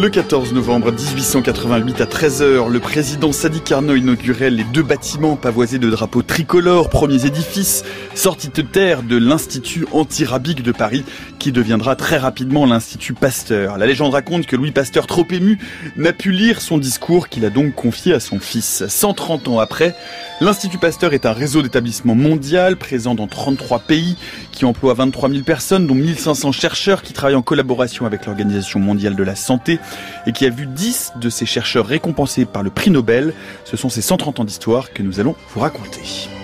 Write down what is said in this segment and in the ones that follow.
Le 14 novembre 1888 à 13h, le président Sadi Carnot inaugurait les 2 bâtiments pavoisés de drapeaux tricolores, premiers édifices sortis de terre de l'Institut antirabique de Paris, qui deviendra très rapidement l'Institut Pasteur. La légende raconte que Louis Pasteur, trop ému, n'a pu lire son discours qu'il a donc confié à son fils. 130 ans après, l'Institut Pasteur est un réseau d'établissements mondial présent dans 33 pays qui emploie 23 000 personnes, dont 1500 chercheurs qui travaillent en collaboration avec l'Organisation mondiale de la santé et qui a vu 10 de ces chercheurs récompensés par le prix Nobel. Ce sont ces 130 ans d'histoire que nous allons vous raconter.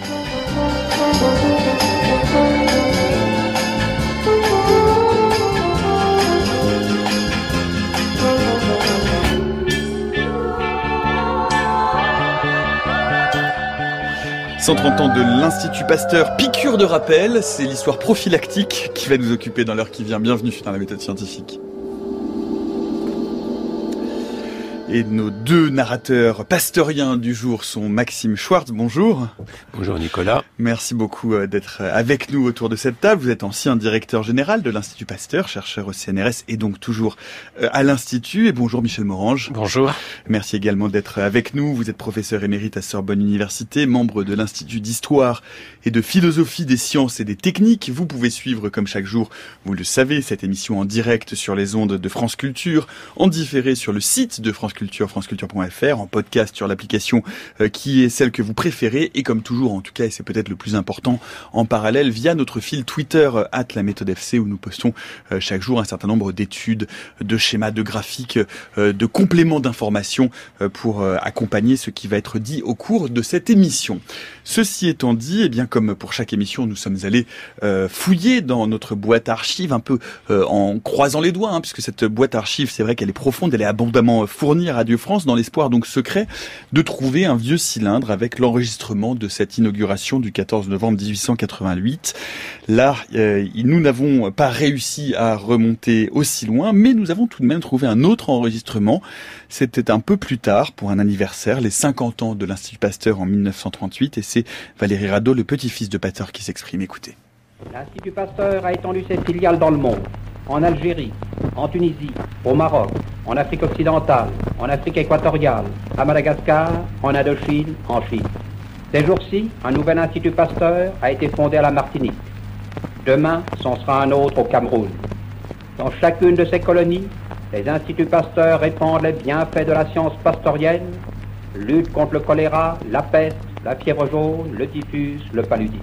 « 130 ans de l'Institut Pasteur, piqûre de rappel », c'est l'histoire prophylactique qui va nous occuper dans l'heure qui vient. Bienvenue dans la méthode scientifique. Et nos 2 narrateurs pasteuriens du jour sont Maxime Schwartz, bonjour. Bonjour Nicolas. Merci beaucoup d'être avec nous autour de cette table. Vous êtes ancien directeur général de l'Institut Pasteur, chercheur au CNRS et donc toujours à l'Institut. Et bonjour Michel Morange. Bonjour. Merci également d'être avec nous. Vous êtes professeur émérite à Sorbonne Université, membre de l'Institut d'Histoire et de Philosophie des Sciences et des Techniques. Vous pouvez suivre comme chaque jour, vous le savez, cette émission en direct sur les ondes de France Culture, en différé sur le site de France Culture, franceculture.fr, en podcast sur l'application qui est celle que vous préférez et comme toujours, en tout cas, et c'est peut-être le plus important, en parallèle via notre fil Twitter @laméthode_fc où nous postons chaque jour un certain nombre d'études, de schémas, de graphiques, de compléments d'informations pour accompagner ce qui va être dit au cours de cette émission. Ceci étant dit, eh bien comme pour chaque émission, nous sommes allés fouiller dans notre boîte archive un peu en croisant les doigts, puisque cette boîte archive, c'est vrai qu'elle est profonde, elle est abondamment fournie à Radio France, dans l'espoir donc secret de trouver un vieux cylindre avec l'enregistrement de cette inauguration du 14 novembre 1888. Là, nous n'avons pas réussi à remonter aussi loin, mais nous avons tout de même trouvé un autre enregistrement. C'était un peu plus tard, pour un anniversaire, les 50 ans de l'Institut Pasteur en 1938, et c'est Valéry Radeau, le petit-fils de Pasteur, qui s'exprime. Écoutez. L'Institut Pasteur a étendu ses filiales dans le monde, en Algérie, en Tunisie, au Maroc, en Afrique occidentale, en Afrique équatoriale, à Madagascar, en Indochine, en Chine. Ces jours-ci, un nouvel Institut Pasteur a été fondé à la Martinique. Demain, c'en sera un autre au Cameroun. Dans chacune de ces colonies, les Instituts Pasteur répandent les bienfaits de la science pastorienne, luttent contre le choléra, la peste, la fièvre jaune, le typhus, le paludisme.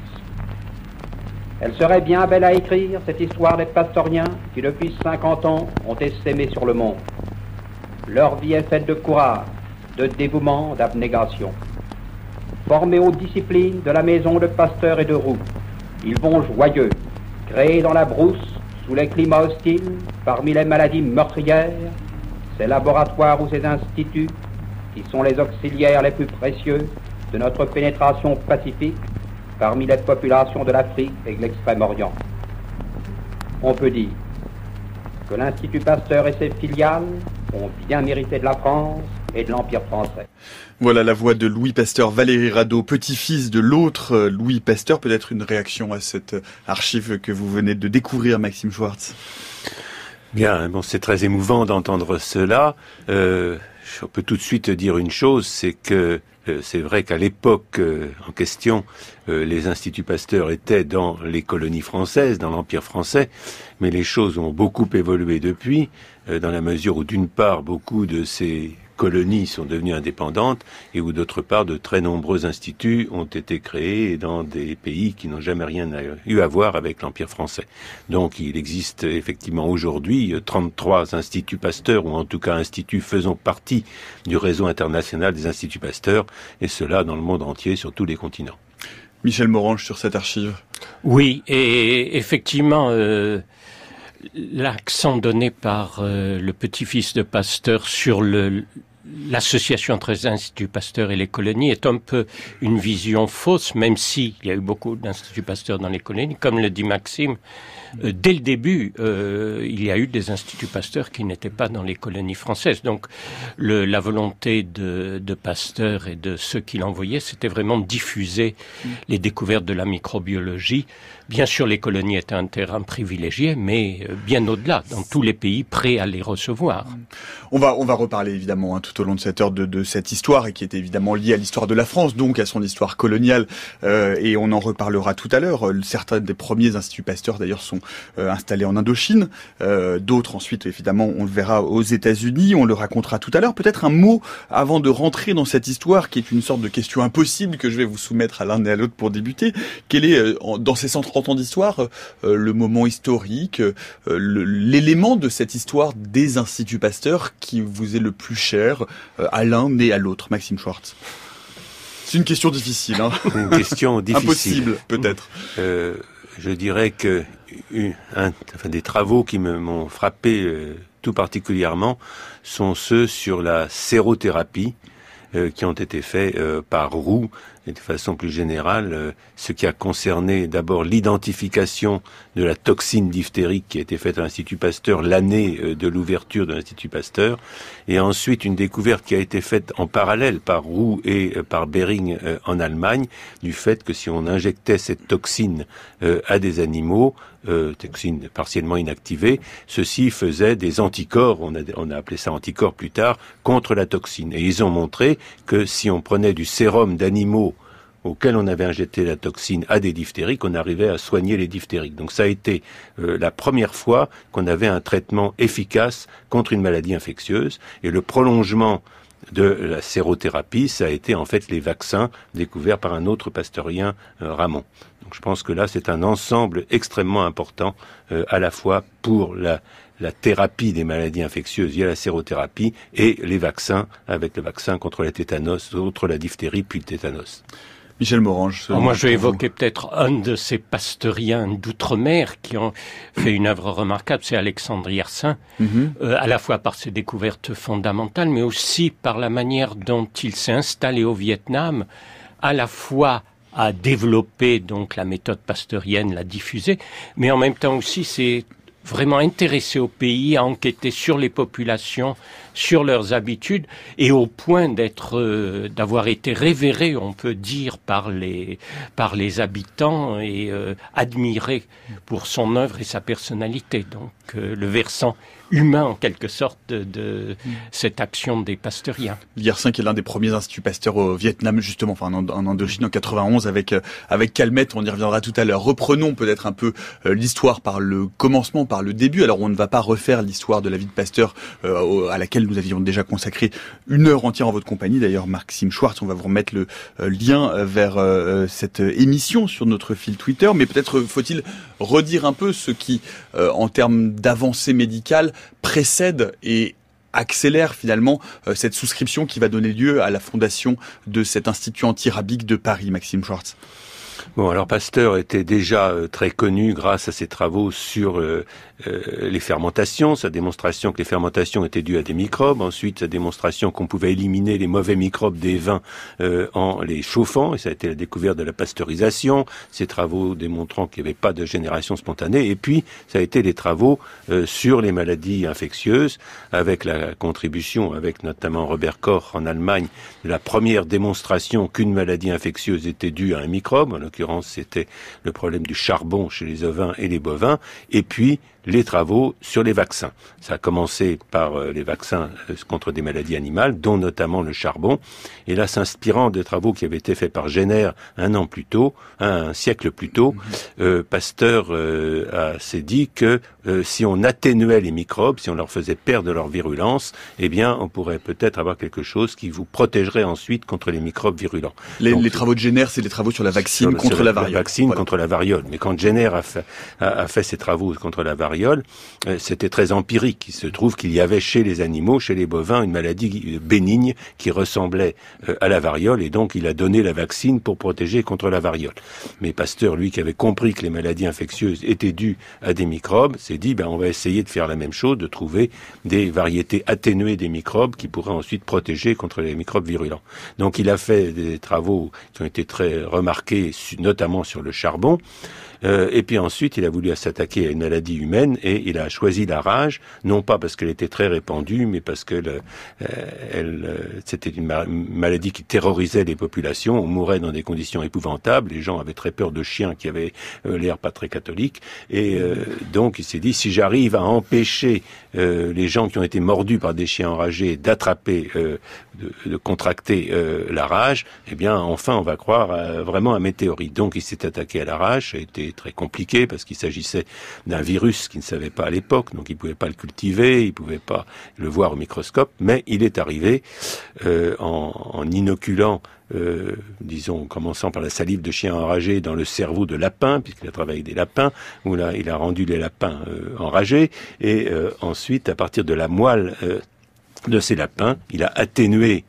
Elle serait bien belle à écrire, cette histoire des pastoriens qui, depuis 50 ans, ont essaimé sur le monde. Leur vie est faite de courage, de dévouement, d'abnégation. Formés aux disciplines de la maison de Pasteur et de Roux, ils vont joyeux, créés dans la brousse, sous les climats hostiles, parmi les maladies meurtrières, ces laboratoires ou ces instituts qui sont les auxiliaires les plus précieux de notre pénétration pacifique parmi les populations de l'Afrique et de l'Extrême-Orient. On peut dire que l'Institut Pasteur et ses filiales ont bien mérité de la France et de l'Empire français. Voilà la voix de Louis Pasteur, Valéry Radeau, petit-fils de l'autre Louis Pasteur. Peut-être une réaction à cette archive que vous venez de découvrir, Maxime Schwartz. Bien, bon, c'est très émouvant d'entendre cela. Je peux tout de suite dire une chose, c'est que c'est vrai qu'à l'époque en question, les Instituts Pasteur étaient dans les colonies françaises, dans l'Empire français, mais les choses ont beaucoup évolué depuis, dans la mesure où d'une part, beaucoup de ces colonies sont devenues indépendantes et où d'autre part de très nombreux instituts ont été créés dans des pays qui n'ont jamais rien eu à voir avec l'Empire français. Donc il existe effectivement aujourd'hui 33 instituts Pasteur, ou en tout cas instituts faisant partie du réseau international des instituts Pasteur, et cela dans le monde entier, sur tous les continents. Michel Morange sur cette archive. Oui, et effectivement, l'accent donné par le petit-fils de Pasteur sur l'association entre les instituts Pasteur et les colonies est un peu une vision fausse, même s'il y a eu beaucoup d'instituts Pasteur dans les colonies. Comme le dit Maxime, dès le début, il y a eu des instituts Pasteur qui n'étaient pas dans les colonies françaises. Donc, la volonté de Pasteur et de ceux qui l'envoyaient, c'était vraiment de diffuser les découvertes de la microbiologie. Bien sûr, les colonies étaient un terrain privilégié, mais bien au-delà, dans tous les pays prêts à les recevoir. On va reparler évidemment tout au long de cette heure de cette histoire, et qui est évidemment liée à l'histoire de la France, donc à son histoire coloniale, et on en reparlera tout à l'heure. Certains des premiers instituts Pasteur d'ailleurs sont installés en Indochine, d'autres ensuite évidemment on le verra aux États-Unis, on le racontera tout à l'heure. Peut-être un mot avant de rentrer dans cette histoire qui est une sorte de question impossible que je vais vous soumettre à l'un et à l'autre pour débuter. Quel est, dans ces 130 ans d'histoire, le moment historique, l'élément de cette histoire des instituts Pasteur qui vous est le plus cher à l'un et à l'autre? Maxime Schwartz. C'est une question difficile. Hein. Une question difficile. Impossible, peut-être. Je dirais que des travaux qui m'ont frappé tout particulièrement sont ceux sur la sérothérapie qui ont été faits par Roux, et de façon plus générale, ce qui a concerné d'abord l'identification de la toxine diphtérique qui a été faite à l'Institut Pasteur l'année de l'ouverture de l'Institut Pasteur, et ensuite une découverte qui a été faite en parallèle par Roux et par Behring en Allemagne, du fait que si on injectait cette toxine à des animaux, toxine partiellement inactivée, ceux-ci faisaient des anticorps, on a appelé ça anticorps plus tard, contre la toxine. Et ils ont montré que si on prenait du sérum d'animaux auxquels on avait injecté la toxine à des diphtériques, on arrivait à soigner les diphtériques. Donc ça a été la première fois qu'on avait un traitement efficace contre une maladie infectieuse, et le prolongement de la sérothérapie, ça a été en fait les vaccins découverts par un autre pasteurien, Ramon. Donc je pense que là, c'est un ensemble extrêmement important, à la fois pour la thérapie des maladies infectieuses via la sérothérapie et les vaccins, avec le vaccin contre la tétanos, contre la diphtérie, puis le tétanos. Michel Morange. Moi, je vais évoquer peut-être un de ces pasteuriens d'outre-mer qui ont fait une œuvre remarquable, c'est Alexandre Yersin, à la fois par ses découvertes fondamentales, mais aussi par la manière dont il s'est installé au Vietnam, à la fois à développer donc la méthode pasteurienne, la diffuser, mais en même temps aussi c'est vraiment intéressé au pays, à enquêter sur les populations, sur leurs habitudes, et au point d'avoir été révéré, on peut dire, par les habitants, et admiré pour son œuvre et sa personnalité. Donc le versant humain, en quelque sorte, de cette action des pasteuriens. Yersin, qui est l'un des premiers instituts Pasteur au Vietnam, justement, enfin en Indochine en 91 avec Calmette, on y reviendra tout à l'heure. Reprenons peut-être un peu l'histoire par le commencement, par le début. Alors on ne va pas refaire l'histoire de la vie de Pasteur à laquelle nous avions déjà consacré une heure entière en votre compagnie. D'ailleurs, Maxime Schwartz, on va vous remettre le lien vers cette émission sur notre fil Twitter. Mais peut-être faut-il redire un peu ce qui, en termes d'avancée médicale, précède et accélère finalement cette souscription qui va donner lieu à la fondation de cet institut antirabique de Paris, Maxime Schwartz. Bon, alors Pasteur était déjà très connu grâce à ses travaux sur les fermentations, sa démonstration que les fermentations étaient dues à des microbes, ensuite sa démonstration qu'on pouvait éliminer les mauvais microbes des vins en les chauffant, et ça a été la découverte de la pasteurisation, ses travaux démontrant qu'il n'y avait pas de génération spontanée, et puis ça a été les travaux sur les maladies infectieuses, avec la contribution, avec notamment Robert Koch en Allemagne, de la première démonstration qu'une maladie infectieuse était due à un microbe, en l'occurrence c'était le problème du charbon chez les ovins et les bovins, et puis les travaux sur les vaccins. Ça a commencé par les vaccins contre des maladies animales, dont notamment le charbon. Et là, s'inspirant des travaux qui avaient été faits par Jenner un siècle plus tôt, Pasteur s'est dit que si on atténuait les microbes, si on leur faisait perdre leur virulence, eh bien, on pourrait peut-être avoir quelque chose qui vous protégerait ensuite contre les microbes virulents. Les travaux de Jenner, c'est les travaux sur la vaccine contre la variole. Vaccine contre la variole. Mais quand Jenner a fait ses travaux contre la variole, c'était très empirique. Il se trouve qu'il y avait chez les animaux, chez les bovins, une maladie bénigne qui ressemblait à la variole, et donc il a donné la vaccine pour protéger contre la variole. Mais Pasteur, lui, qui avait compris que les maladies infectieuses étaient dues à des microbes, s'est dit, on va essayer de faire la même chose, de trouver des variétés atténuées des microbes qui pourraient ensuite protéger contre les microbes virulents. Donc il a fait des travaux qui ont été très remarqués, notamment sur le charbon. Et puis ensuite, il a voulu s'attaquer à une maladie humaine et il a choisi la rage, non pas parce qu'elle était très répandue, mais parce que c'était une maladie qui terrorisait les populations. On mourait dans des conditions épouvantables. Les gens avaient très peur de chiens qui avaient l'air pas très catholiques. Et donc, il s'est dit, si j'arrive à empêcher les gens qui ont été mordus par des chiens enragés d'attraper, de contracter la rage, enfin, on va croire vraiment à météorite. Donc, il s'est attaqué à la rage. Ça a été très compliqué parce qu'il s'agissait d'un virus qu'il ne savait pas à l'époque, donc il ne pouvait pas le cultiver, il ne pouvait pas le voir au microscope, mais il est arrivé en inoculant, disons, en commençant par la salive de chien enragé dans le cerveau de lapins, puisqu'il a travaillé avec des lapins, où là, il a rendu les lapins enragés, et ensuite, à partir de la moelle de ces lapins, il a atténué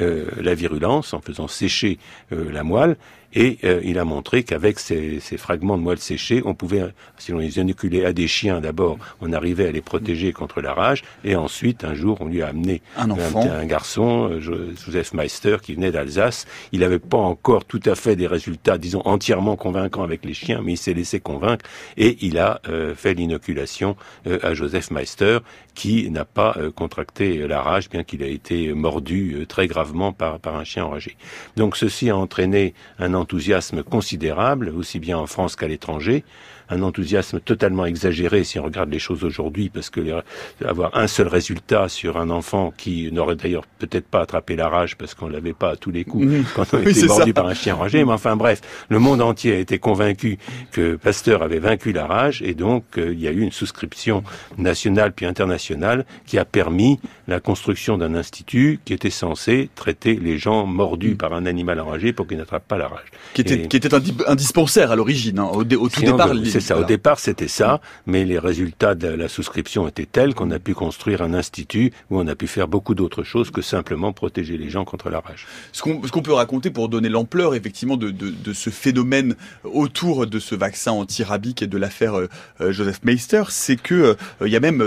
la virulence en faisant sécher la moelle, et il a montré qu'avec ces fragments de moelle séchée, on pouvait, si on les inoculait à des chiens d'abord, on arrivait à les protéger contre la rage, et ensuite, un jour, on lui a amené un garçon, Joseph Meister, qui venait d'Alsace. Il n'avait pas encore tout à fait des résultats, disons, entièrement convaincants avec les chiens, mais il s'est laissé convaincre, et il a fait l'inoculation à Joseph Meister, qui n'a pas contracté la rage, bien qu'il a été mordu très gravement par un chien enragé. Donc ceci a entraîné un enthousiasme considérable, aussi bien en France qu'à l'étranger, un enthousiasme totalement exagéré si on regarde les choses aujourd'hui, parce que avoir un seul résultat sur un enfant qui n'aurait d'ailleurs peut-être pas attrapé la rage parce qu'on l'avait pas à tous les coups quand on était mordu par un chien enragé, mais enfin bref, le monde entier a été convaincu que Pasteur avait vaincu la rage, et donc il y a eu une souscription nationale puis internationale qui a permis la construction d'un institut qui était censé traiter les gens mordus par un animal enragé pour qu'ils n'attrapent pas la rage. Qui était un dispensaire à l'origine, au tout départ. C'est ça, au départ c'était ça, mais les résultats de la souscription étaient tels qu'on a pu construire un institut où on a pu faire beaucoup d'autres choses que simplement protéger les gens contre la rage. Ce qu'on peut raconter pour donner l'ampleur effectivement de ce phénomène autour de ce vaccin anti-rabique et de l'affaire Joseph Meister, c'est que il y a même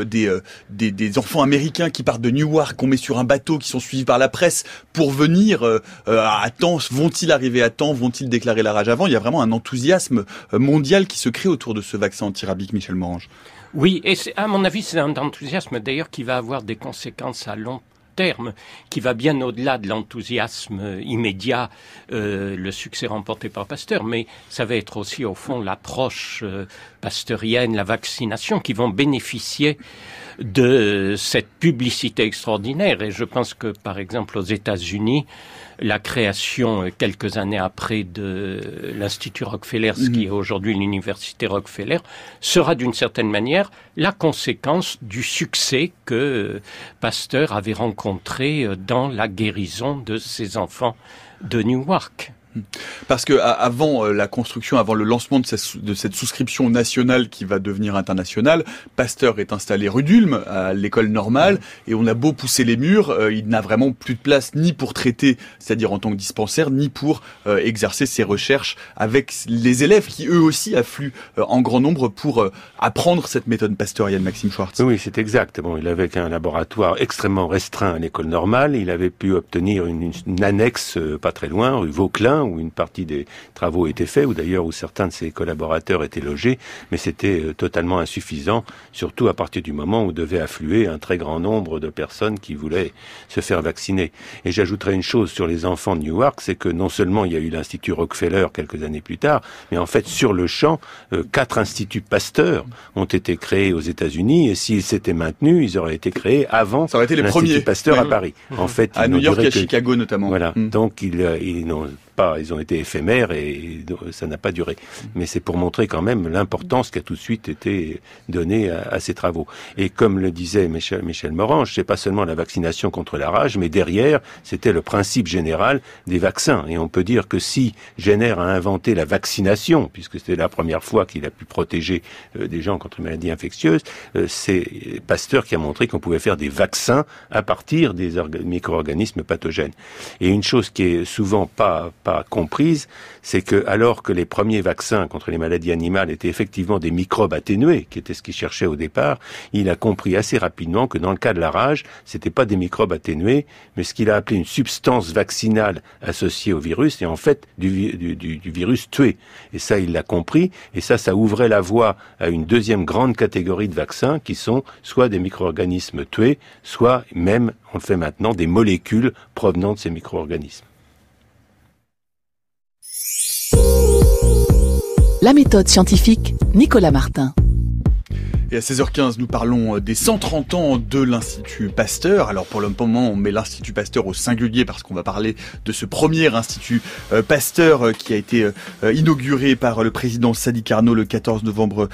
des enfants américains qui partent de Newark, qu'on met sur un bateau, qui sont suivis par la presse pour venir à temps. Vont-ils arriver à temps? Vont-ils déclarer la rage avant? Il y a vraiment un enthousiasme mondial qui se crée autour de ce vaccin anti-rabique, Michel Morange. Oui, et à mon avis, c'est un enthousiasme d'ailleurs qui va avoir des conséquences à long terme, qui va bien au-delà de l'enthousiasme immédiat, le succès remporté par Pasteur, mais ça va être aussi au fond l'approche pasteurienne, la vaccination, qui vont bénéficier de cette publicité extraordinaire. Et je pense que, par exemple, aux États-Unis, la création, quelques années après, de l'Institut Rockefeller, ce qui est aujourd'hui l'Université Rockefeller, sera d'une certaine manière la conséquence du succès que Pasteur avait rencontré dans la guérison de ses enfants de Newark. Parce que avant la construction, avant le lancement de cette souscription nationale qui va devenir internationale, Pasteur est installé rue d'Ulm, à l'école normale, et on a beau pousser les murs, il n'a vraiment plus de place ni pour traiter, c'est-à-dire en tant que dispensaire, ni pour exercer ses recherches avec les élèves qui eux aussi affluent en grand nombre pour apprendre cette méthode pasteurienne. Maxime Schwartz. Oui, c'est exact. Bon, il avait un laboratoire extrêmement restreint à l'école normale. Il avait pu obtenir une annexe pas très loin, rue Vauquelin, où une partie des travaux étaient faits, ou d'ailleurs où certains de ses collaborateurs étaient logés, mais c'était totalement insuffisant, surtout à partir du moment où devait affluer un très grand nombre de personnes qui voulaient se faire vacciner. Et j'ajouterai une chose sur les enfants de Newark, c'est que non seulement il y a eu l'Institut Rockefeller quelques années plus tard, mais en fait sur le champ, 4 instituts Pasteur ont été créés aux États-Unis, et s'ils s'étaient maintenus, ils auraient été créés avant l'Institut Pasteur à Paris. En fait, à New York et à Chicago notamment. Voilà. Donc ils n'ont ils ont été éphémères et ça n'a pas duré. Mais c'est pour montrer quand même l'importance qui a tout de suite été donnée à ces travaux. Et comme le disait Michel Morange, c'est pas seulement la vaccination contre la rage, mais derrière, c'était le principe général des vaccins. Et on peut dire que si Jenner a inventé la vaccination, puisque c'était la première fois qu'il a pu protéger des gens contre les maladies infectieuses, c'est Pasteur qui a montré qu'on pouvait faire des vaccins à partir des micro-organismes pathogènes. Et une chose qui est souvent pas comprise, c'est que alors que les premiers vaccins contre les maladies animales étaient effectivement des microbes atténués, qui était ce qu'il cherchait au départ, il a compris assez rapidement que dans le cas de la rage, c'était pas des microbes atténués, mais ce qu'il a appelé une substance vaccinale associée au virus, et en fait du virus tué. Et ça, il l'a compris, et ça ouvrait la voie à une deuxième grande catégorie de vaccins qui sont soit des micro-organismes tués, soit même, on le fait maintenant, des molécules provenant de ces micro-organismes. La méthode scientifique, Nicolas Martin. Et à 16h15, nous parlons des 130 ans de l'Institut Pasteur. Alors pour le moment, on met l'Institut Pasteur au singulier parce qu'on va parler de ce premier Institut Pasteur qui a été inauguré par le président Sadi Carnot le 14 novembre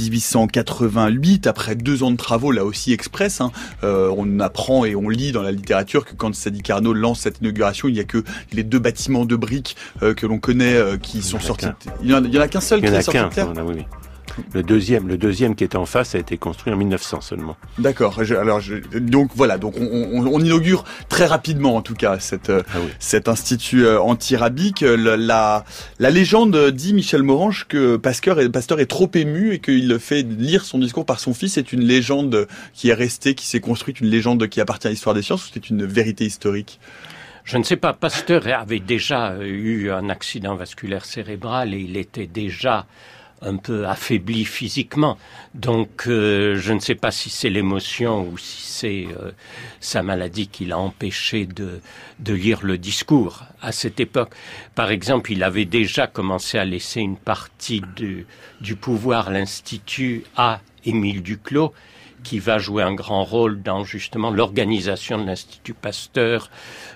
1888, après 2 ans de travaux, là aussi express. On apprend et on lit dans la littérature que quand Sadi Carnot lance cette inauguration, il n'y a que les 2 bâtiments de briques que l'on connaît qui sont sortis. Il y en a qu'un seul qui est sorti de terre. Oui. Le deuxième qui était en face a été construit en 1900 seulement. D'accord. Donc voilà. Donc on inaugure très rapidement, en tout cas, cet institut antirabique. La légende dit, Michel Morange, que Pasteur est trop ému et qu'il fait lire son discours par son fils. C'est une légende qui est restée, qui s'est construite, une légende qui appartient à l'histoire des sciences, ou c'est une vérité historique? Je ne sais pas. Pasteur avait déjà eu un accident vasculaire cérébral et il était déjà un peu affaibli physiquement. Donc je ne sais pas si c'est l'émotion ou si c'est sa maladie qui l'a empêché de lire le discours à cette époque. Par exemple, il avait déjà commencé à laisser une partie du pouvoir, l'Institut, à Émile Duclos, qui va jouer un grand rôle dans justement l'organisation de l'Institut Pasteur,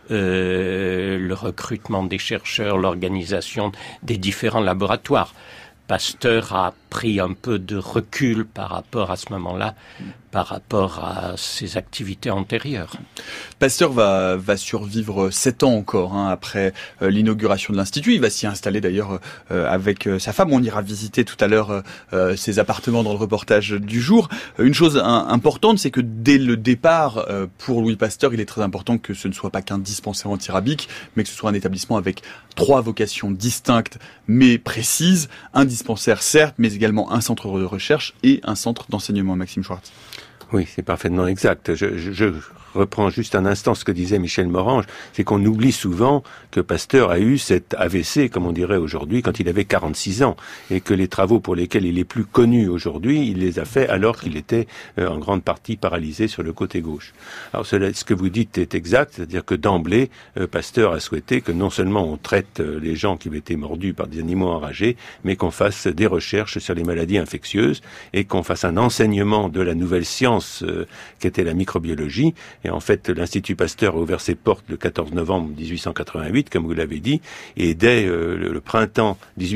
le recrutement des chercheurs, l'organisation des différents laboratoires. Pasteur a pris un peu de recul par rapport à ce moment-là, par rapport à ses activités antérieures. Pasteur va survivre 7 ans encore après l'inauguration de l'Institut. Il va s'y installer d'ailleurs avec sa femme. On ira visiter tout à l'heure ses appartements dans le reportage du jour. Une chose importante, c'est que dès le départ, pour Louis Pasteur, il est très important que ce ne soit pas qu'un dispensaire antirabique, mais que ce soit un établissement avec 3 vocations distinctes mais précises. Un dispensaire, certes, mais également un centre de recherche et un centre d'enseignement. Maxime Schwartz. Oui, c'est parfaitement exact. Je reprends juste un instant ce que disait Michel Morange, c'est qu'on oublie souvent que Pasteur a eu cet AVC, comme on dirait aujourd'hui, quand il avait 46 ans, et que les travaux pour lesquels il est plus connu aujourd'hui, il les a fait alors qu'il était en grande partie paralysé sur le côté gauche. Alors ce que vous dites est exact, c'est-à-dire que d'emblée, Pasteur a souhaité que non seulement on traite les gens qui avaient été mordus par des animaux enragés, mais qu'on fasse des recherches sur les maladies infectieuses et qu'on fasse un enseignement de la nouvelle science qu'était la microbiologie. Et en fait, l'Institut Pasteur a ouvert ses portes le 14 novembre 1888, comme vous l'avez dit, et dès le printemps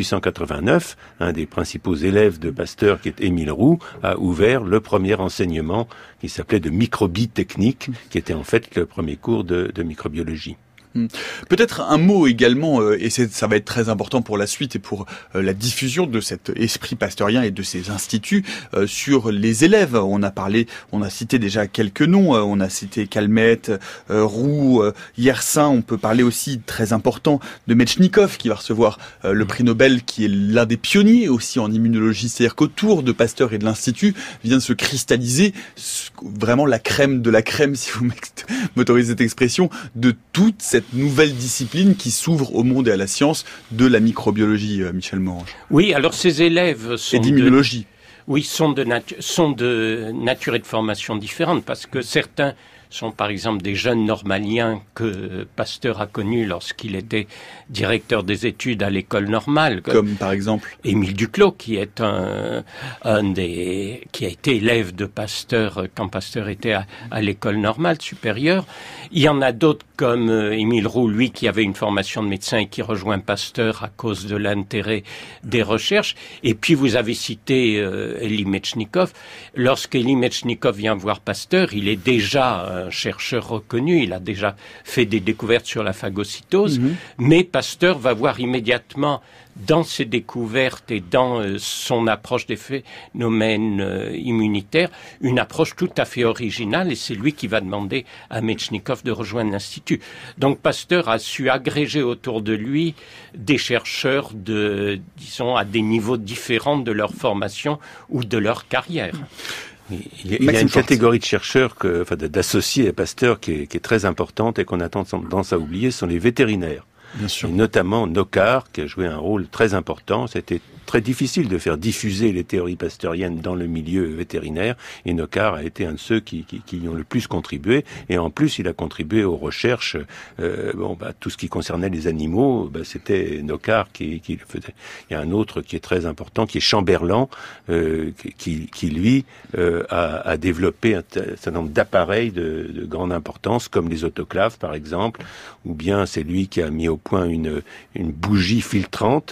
1889, un des principaux élèves de Pasteur, qui est Émile Roux, a ouvert le premier enseignement qui s'appelait de microbie technique, qui était en fait le premier cours de microbiologie. Peut-être un mot également, et ça va être très important pour la suite et pour la diffusion de cet esprit pasteurien et de ces instituts, sur les élèves. On a cité déjà quelques noms, on a cité Calmette, Roux, Yersin. On peut parler aussi, très important, de Metchnikov qui va recevoir le prix Nobel, qui est l'un des pionniers aussi en immunologie. C'est-à-dire qu'autour de Pasteur et de l'Institut vient de se cristalliser vraiment la crème de la crème, si vous m'autorisez cette expression, de toute cette nouvelle discipline qui s'ouvre au monde et à la science de la microbiologie, Michel Morange. Oui, alors ces élèves sont et d'immunologie. sont de nature et de formation différentes, parce que certains sont par exemple des jeunes normaliens que Pasteur a connus lorsqu'il était directeur des études à l'école normale. Comme par exemple Émile Duclos, qui est qui a été élève de Pasteur quand Pasteur était à l'école normale supérieure. Il y en a d'autres comme Émile Roux, lui, qui avait une formation de médecin et qui rejoint Pasteur à cause de l'intérêt des recherches. Et puis, vous avez cité Elie Metchnikov. Lorsqu'Elie Metchnikov vient voir Pasteur, il est déjà un chercheur reconnu. Il a déjà fait des découvertes sur la phagocytose. Mais Pasteur va voir immédiatement dans ses découvertes et dans son approche des phénomènes immunitaires, une approche tout à fait originale, et c'est lui qui va demander à Metchnikov de rejoindre l'Institut. Donc Pasteur a su agréger autour de lui des chercheurs disons, à des niveaux différents de leur formation ou de leur carrière. Il y a une catégorie de chercheurs, d'associés à Pasteur qui est très importante et qu'on a tendance à oublier, ce sont les vétérinaires. Bien sûr. Et notamment Nocard, qui a joué un rôle très important. C'était très difficile de faire diffuser les théories pasteuriennes dans le milieu vétérinaire, et Nocard a été un de ceux qui y ont le plus contribué, et en plus il a contribué aux recherches, tout ce qui concernait les animaux, c'était Nocard qui le faisait. Il y a un autre qui est très important, qui est Chamberland, qui lui a développé un certain nombre d'appareils de grande importance, comme les autoclaves par exemple, ou bien c'est lui qui a mis au point une bougie filtrante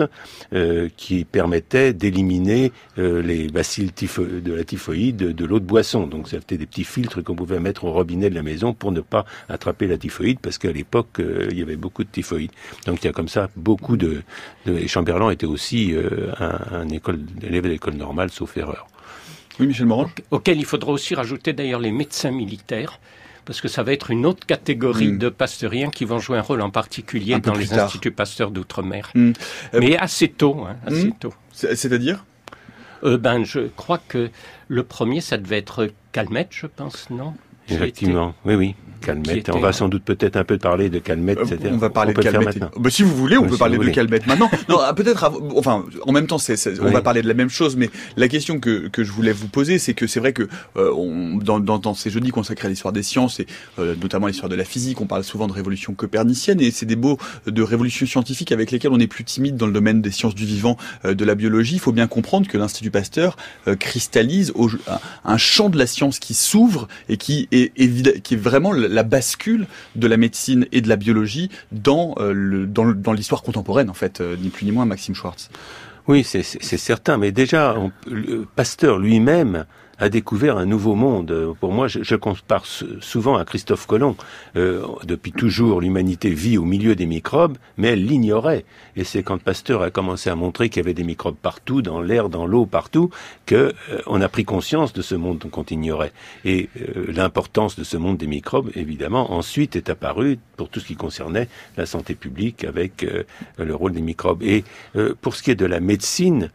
qui permettait d'éliminer les bacilles de la typhoïde de l'eau de boisson. Donc c'était des petits filtres qu'on pouvait mettre au robinet de la maison pour ne pas attraper la typhoïde, parce qu'à l'époque il y avait beaucoup de typhoïde. Donc il y a comme ça beaucoup et Chamberland était aussi un élève de l'école normale, sauf erreur. Oui, Michel Morange. Auquel il faudra aussi rajouter d'ailleurs les médecins militaires, parce que ça va être une autre catégorie de pasteuriens qui vont jouer un rôle en particulier dans les instituts Pasteur d'outre-mer. Mais assez tôt, assez tôt. C'est-à-dire je crois que le premier, ça devait être Calmette, je pense, non? Effectivement, oui. Calmette. On va sans doute peut-être un peu parler de Calmette. On va parler de Calmette. Si vous voulez, on peut parler de Calmette maintenant. Non, peut-être. En même temps, on va parler de la même chose. Mais la question que je voulais vous poser, c'est que c'est vrai que dans ces jeudis consacrés à l'histoire des sciences et notamment à l'histoire de la physique, on parle souvent de révolution copernicienne, et c'est des mots de révolution scientifique avec lesquels on est plus timide dans le domaine des sciences du vivant, de la biologie. Il faut bien comprendre que l'Institut Pasteur cristallise un champ de la science qui s'ouvre et qui est vraiment la bascule de la médecine et de la biologie dans l'histoire contemporaine, en fait, ni plus ni moins, Maxime Schwartz. Oui, c'est certain, mais déjà, Pasteur lui-même a découvert un nouveau monde. Pour moi, je compare souvent à Christophe Colomb. Depuis toujours, l'humanité vit au milieu des microbes, mais elle l'ignorait. Et c'est quand Pasteur a commencé à montrer qu'il y avait des microbes partout, dans l'air, dans l'eau, partout, que on a pris conscience de ce monde qu'on ignorait. Et l'importance de ce monde des microbes, évidemment, ensuite est apparue pour tout ce qui concernait la santé publique avec le rôle des microbes. Et pour ce qui est de la médecine,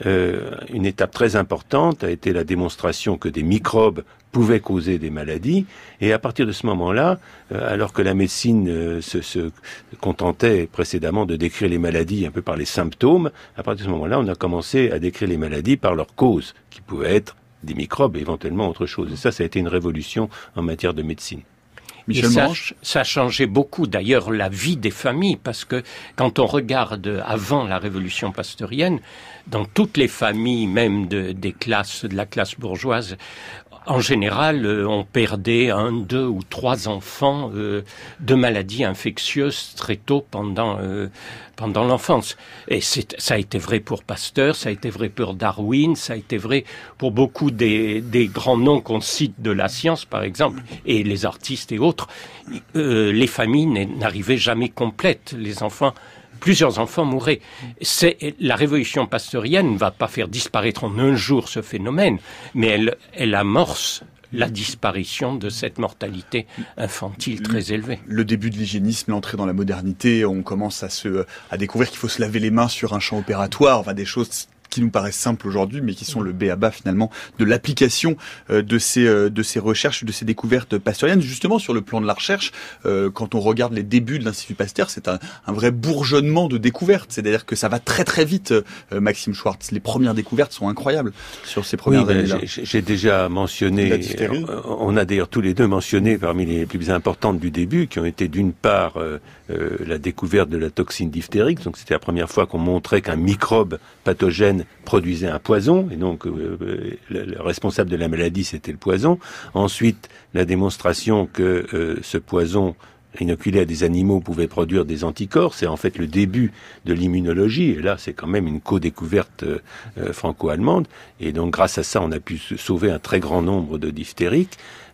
une étape très importante a été la démonstration que des microbes pouvaient causer des maladies, et à partir de ce moment-là, alors que la médecine se contentait précédemment de décrire les maladies un peu par les symptômes, à partir de ce moment-là, on a commencé à décrire les maladies par leurs causes, qui pouvaient être des microbes et éventuellement autre chose. Et ça a été une révolution en matière de médecine. Michel Morange. Ça a changé beaucoup, d'ailleurs, la vie des familles, parce que quand on regarde avant la révolution pasteurienne, dans toutes les familles, même de la classe bourgeoise, en général, on perdait 1, 2 ou 3 enfants de maladies infectieuses très tôt pendant l'enfance. Et ça a été vrai pour Pasteur, ça a été vrai pour Darwin, ça a été vrai pour beaucoup des grands noms qu'on cite de la science, par exemple, et les artistes et autres. Les familles n'arrivaient jamais complètes. Plusieurs enfants mouraient. La révolution pasteurienne ne va pas faire disparaître en un jour ce phénomène, mais elle amorce la disparition de cette mortalité infantile très élevée. Le début de l'hygiénisme, l'entrée dans la modernité, on commence à découvrir qu'il faut se laver les mains sur un champ opératoire, des choses qui nous paraissent simples aujourd'hui, mais qui sont le b.a.-ba finalement de l'application de ces recherches, de ces découvertes pasteuriennes. Justement, sur le plan de la recherche, quand on regarde les débuts de l'Institut Pasteur, c'est un vrai bourgeonnement de découvertes. C'est-à-dire que ça va très très vite, Maxime Schwartz. Les premières découvertes sont incroyables sur ces premières années-là. J'ai déjà mentionné, on a d'ailleurs tous les deux mentionné parmi les plus importantes du début, qui ont été d'une part la découverte de la toxine diphtérique. Donc c'était la première fois qu'on montrait qu'un microbe pathogène produisait un poison, et donc le responsable de la maladie, c'était le poison. Ensuite, la démonstration que ce poison inoculé à des animaux pouvait produire des anticorps. C'est en fait le début de l'immunologie, et là c'est quand même une co-découverte franco-allemande, et donc grâce à ça on a pu sauver un très grand nombre de diphtériques.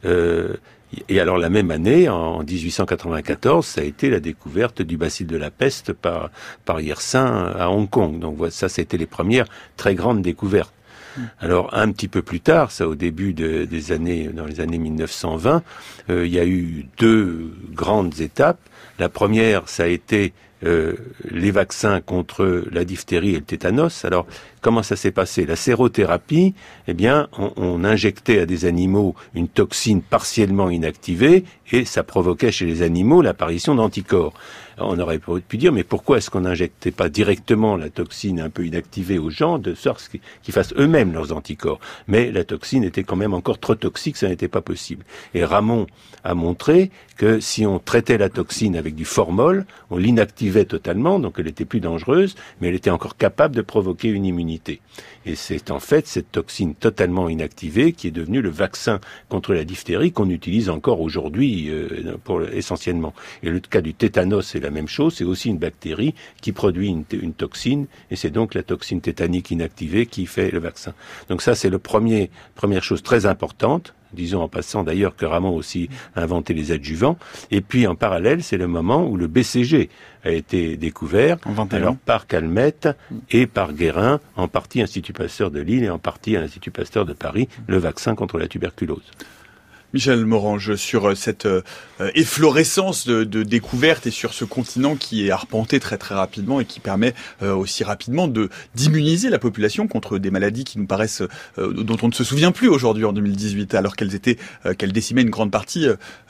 Et alors la même année, en 1894, ça a été la découverte du bacille de la peste par Yersin à Hong Kong. Donc ça c'était les premières très grandes découvertes. Alors un petit peu plus tard, ça au début des années, dans les années 1920, il y a eu deux grandes étapes. La première, ça a été les vaccins contre la diphtérie et le tétanos. Alors comment ça s'est passé? La sérothérapie, eh bien, on injectait à des animaux une toxine partiellement inactivée et ça provoquait chez les animaux l'apparition d'anticorps. On aurait pu dire, mais pourquoi est-ce qu'on n'injectait pas directement la toxine un peu inactivée aux gens, de sorte qu'ils fassent eux-mêmes leurs anticorps? Mais la toxine était quand même encore trop toxique, ça n'était pas possible. Et Ramon a montré que si on traitait la toxine avec du formol, on l'inactivait totalement, donc elle était plus dangereuse, mais elle était encore capable de provoquer une immunité. Et c'est en fait cette toxine totalement inactivée qui est devenue le vaccin contre la diphtérie qu'on utilise encore aujourd'hui essentiellement. Et le cas du tétanos, c'est la même chose, c'est aussi une bactérie qui produit une toxine, et c'est donc la toxine tétanique inactivée qui fait le vaccin. Donc ça, c'est première chose très importante. Disons en passant d'ailleurs que Ramon aussi a inventé les adjuvants. Et puis en parallèle, c'est le moment où le BCG a été découvert, alors par Calmette et par Guérin, en partie Institut Pasteur de Lille et en partie à l'Institut Pasteur de Paris, le vaccin contre la tuberculose. Michel Morange, sur cette efflorescence de découvertes et sur ce continent qui est arpenté très très rapidement et qui permet aussi rapidement d'immuniser la population contre des maladies qui nous paraissent dont on ne se souvient plus aujourd'hui en 2018, alors qu'elles décimaient une grande partie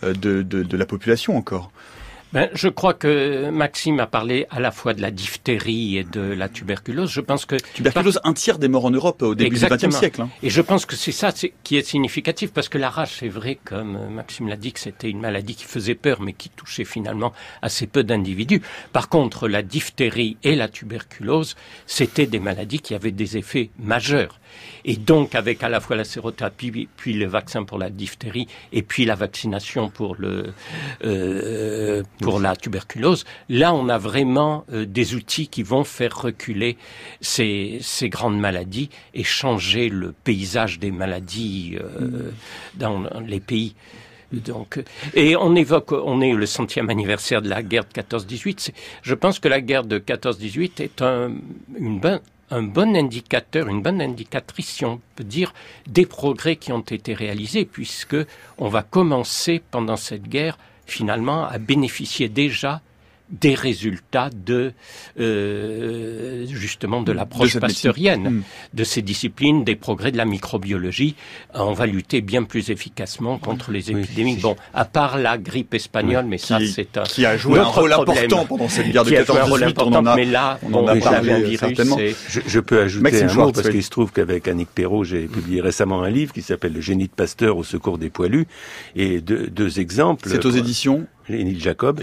de la population encore. Je crois que Maxime a parlé à la fois de la diphtérie et de la tuberculose. Je pense que tuberculose, un tiers des morts en Europe au début du XXe siècle. Et je pense que c'est ça qui est significatif, parce que la rage, c'est vrai, comme Maxime l'a dit, que c'était une maladie qui faisait peur, mais qui touchait finalement assez peu d'individus. Par contre, la diphtérie et la tuberculose, c'était des maladies qui avaient des effets majeurs. Et donc, avec à la fois la sérothérapie, puis le vaccin pour la diphtérie, et puis la vaccination pour la tuberculose, là, on a vraiment des outils qui vont faire reculer ces grandes maladies et changer le paysage des maladies dans les pays. Donc, et on est le 100e anniversaire de la guerre de 14-18. Je pense que la guerre de 14-18 est un bon indicateur, une bonne indicatrice, si on peut dire, des progrès qui ont été réalisés, puisque on va commencer pendant cette guerre, finalement, à bénéficier déjà des résultats justement de l'approche pasteurienne, de ces disciplines, des progrès de la microbiologie. On va lutter bien plus efficacement contre les épidémies. Bon, à part la grippe espagnole, mais ça c'est qui a joué un rôle important pendant cette guerre de 14-18. Mais là, on en a parlé certainement. Je peux ajouter un mot, parce qu'il se trouve qu'avec Annick Perrault, j'ai publié récemment un livre qui s'appelle Le génie de Pasteur au secours des poilus, et deux exemples. C'est aux éditions Édith Jacob.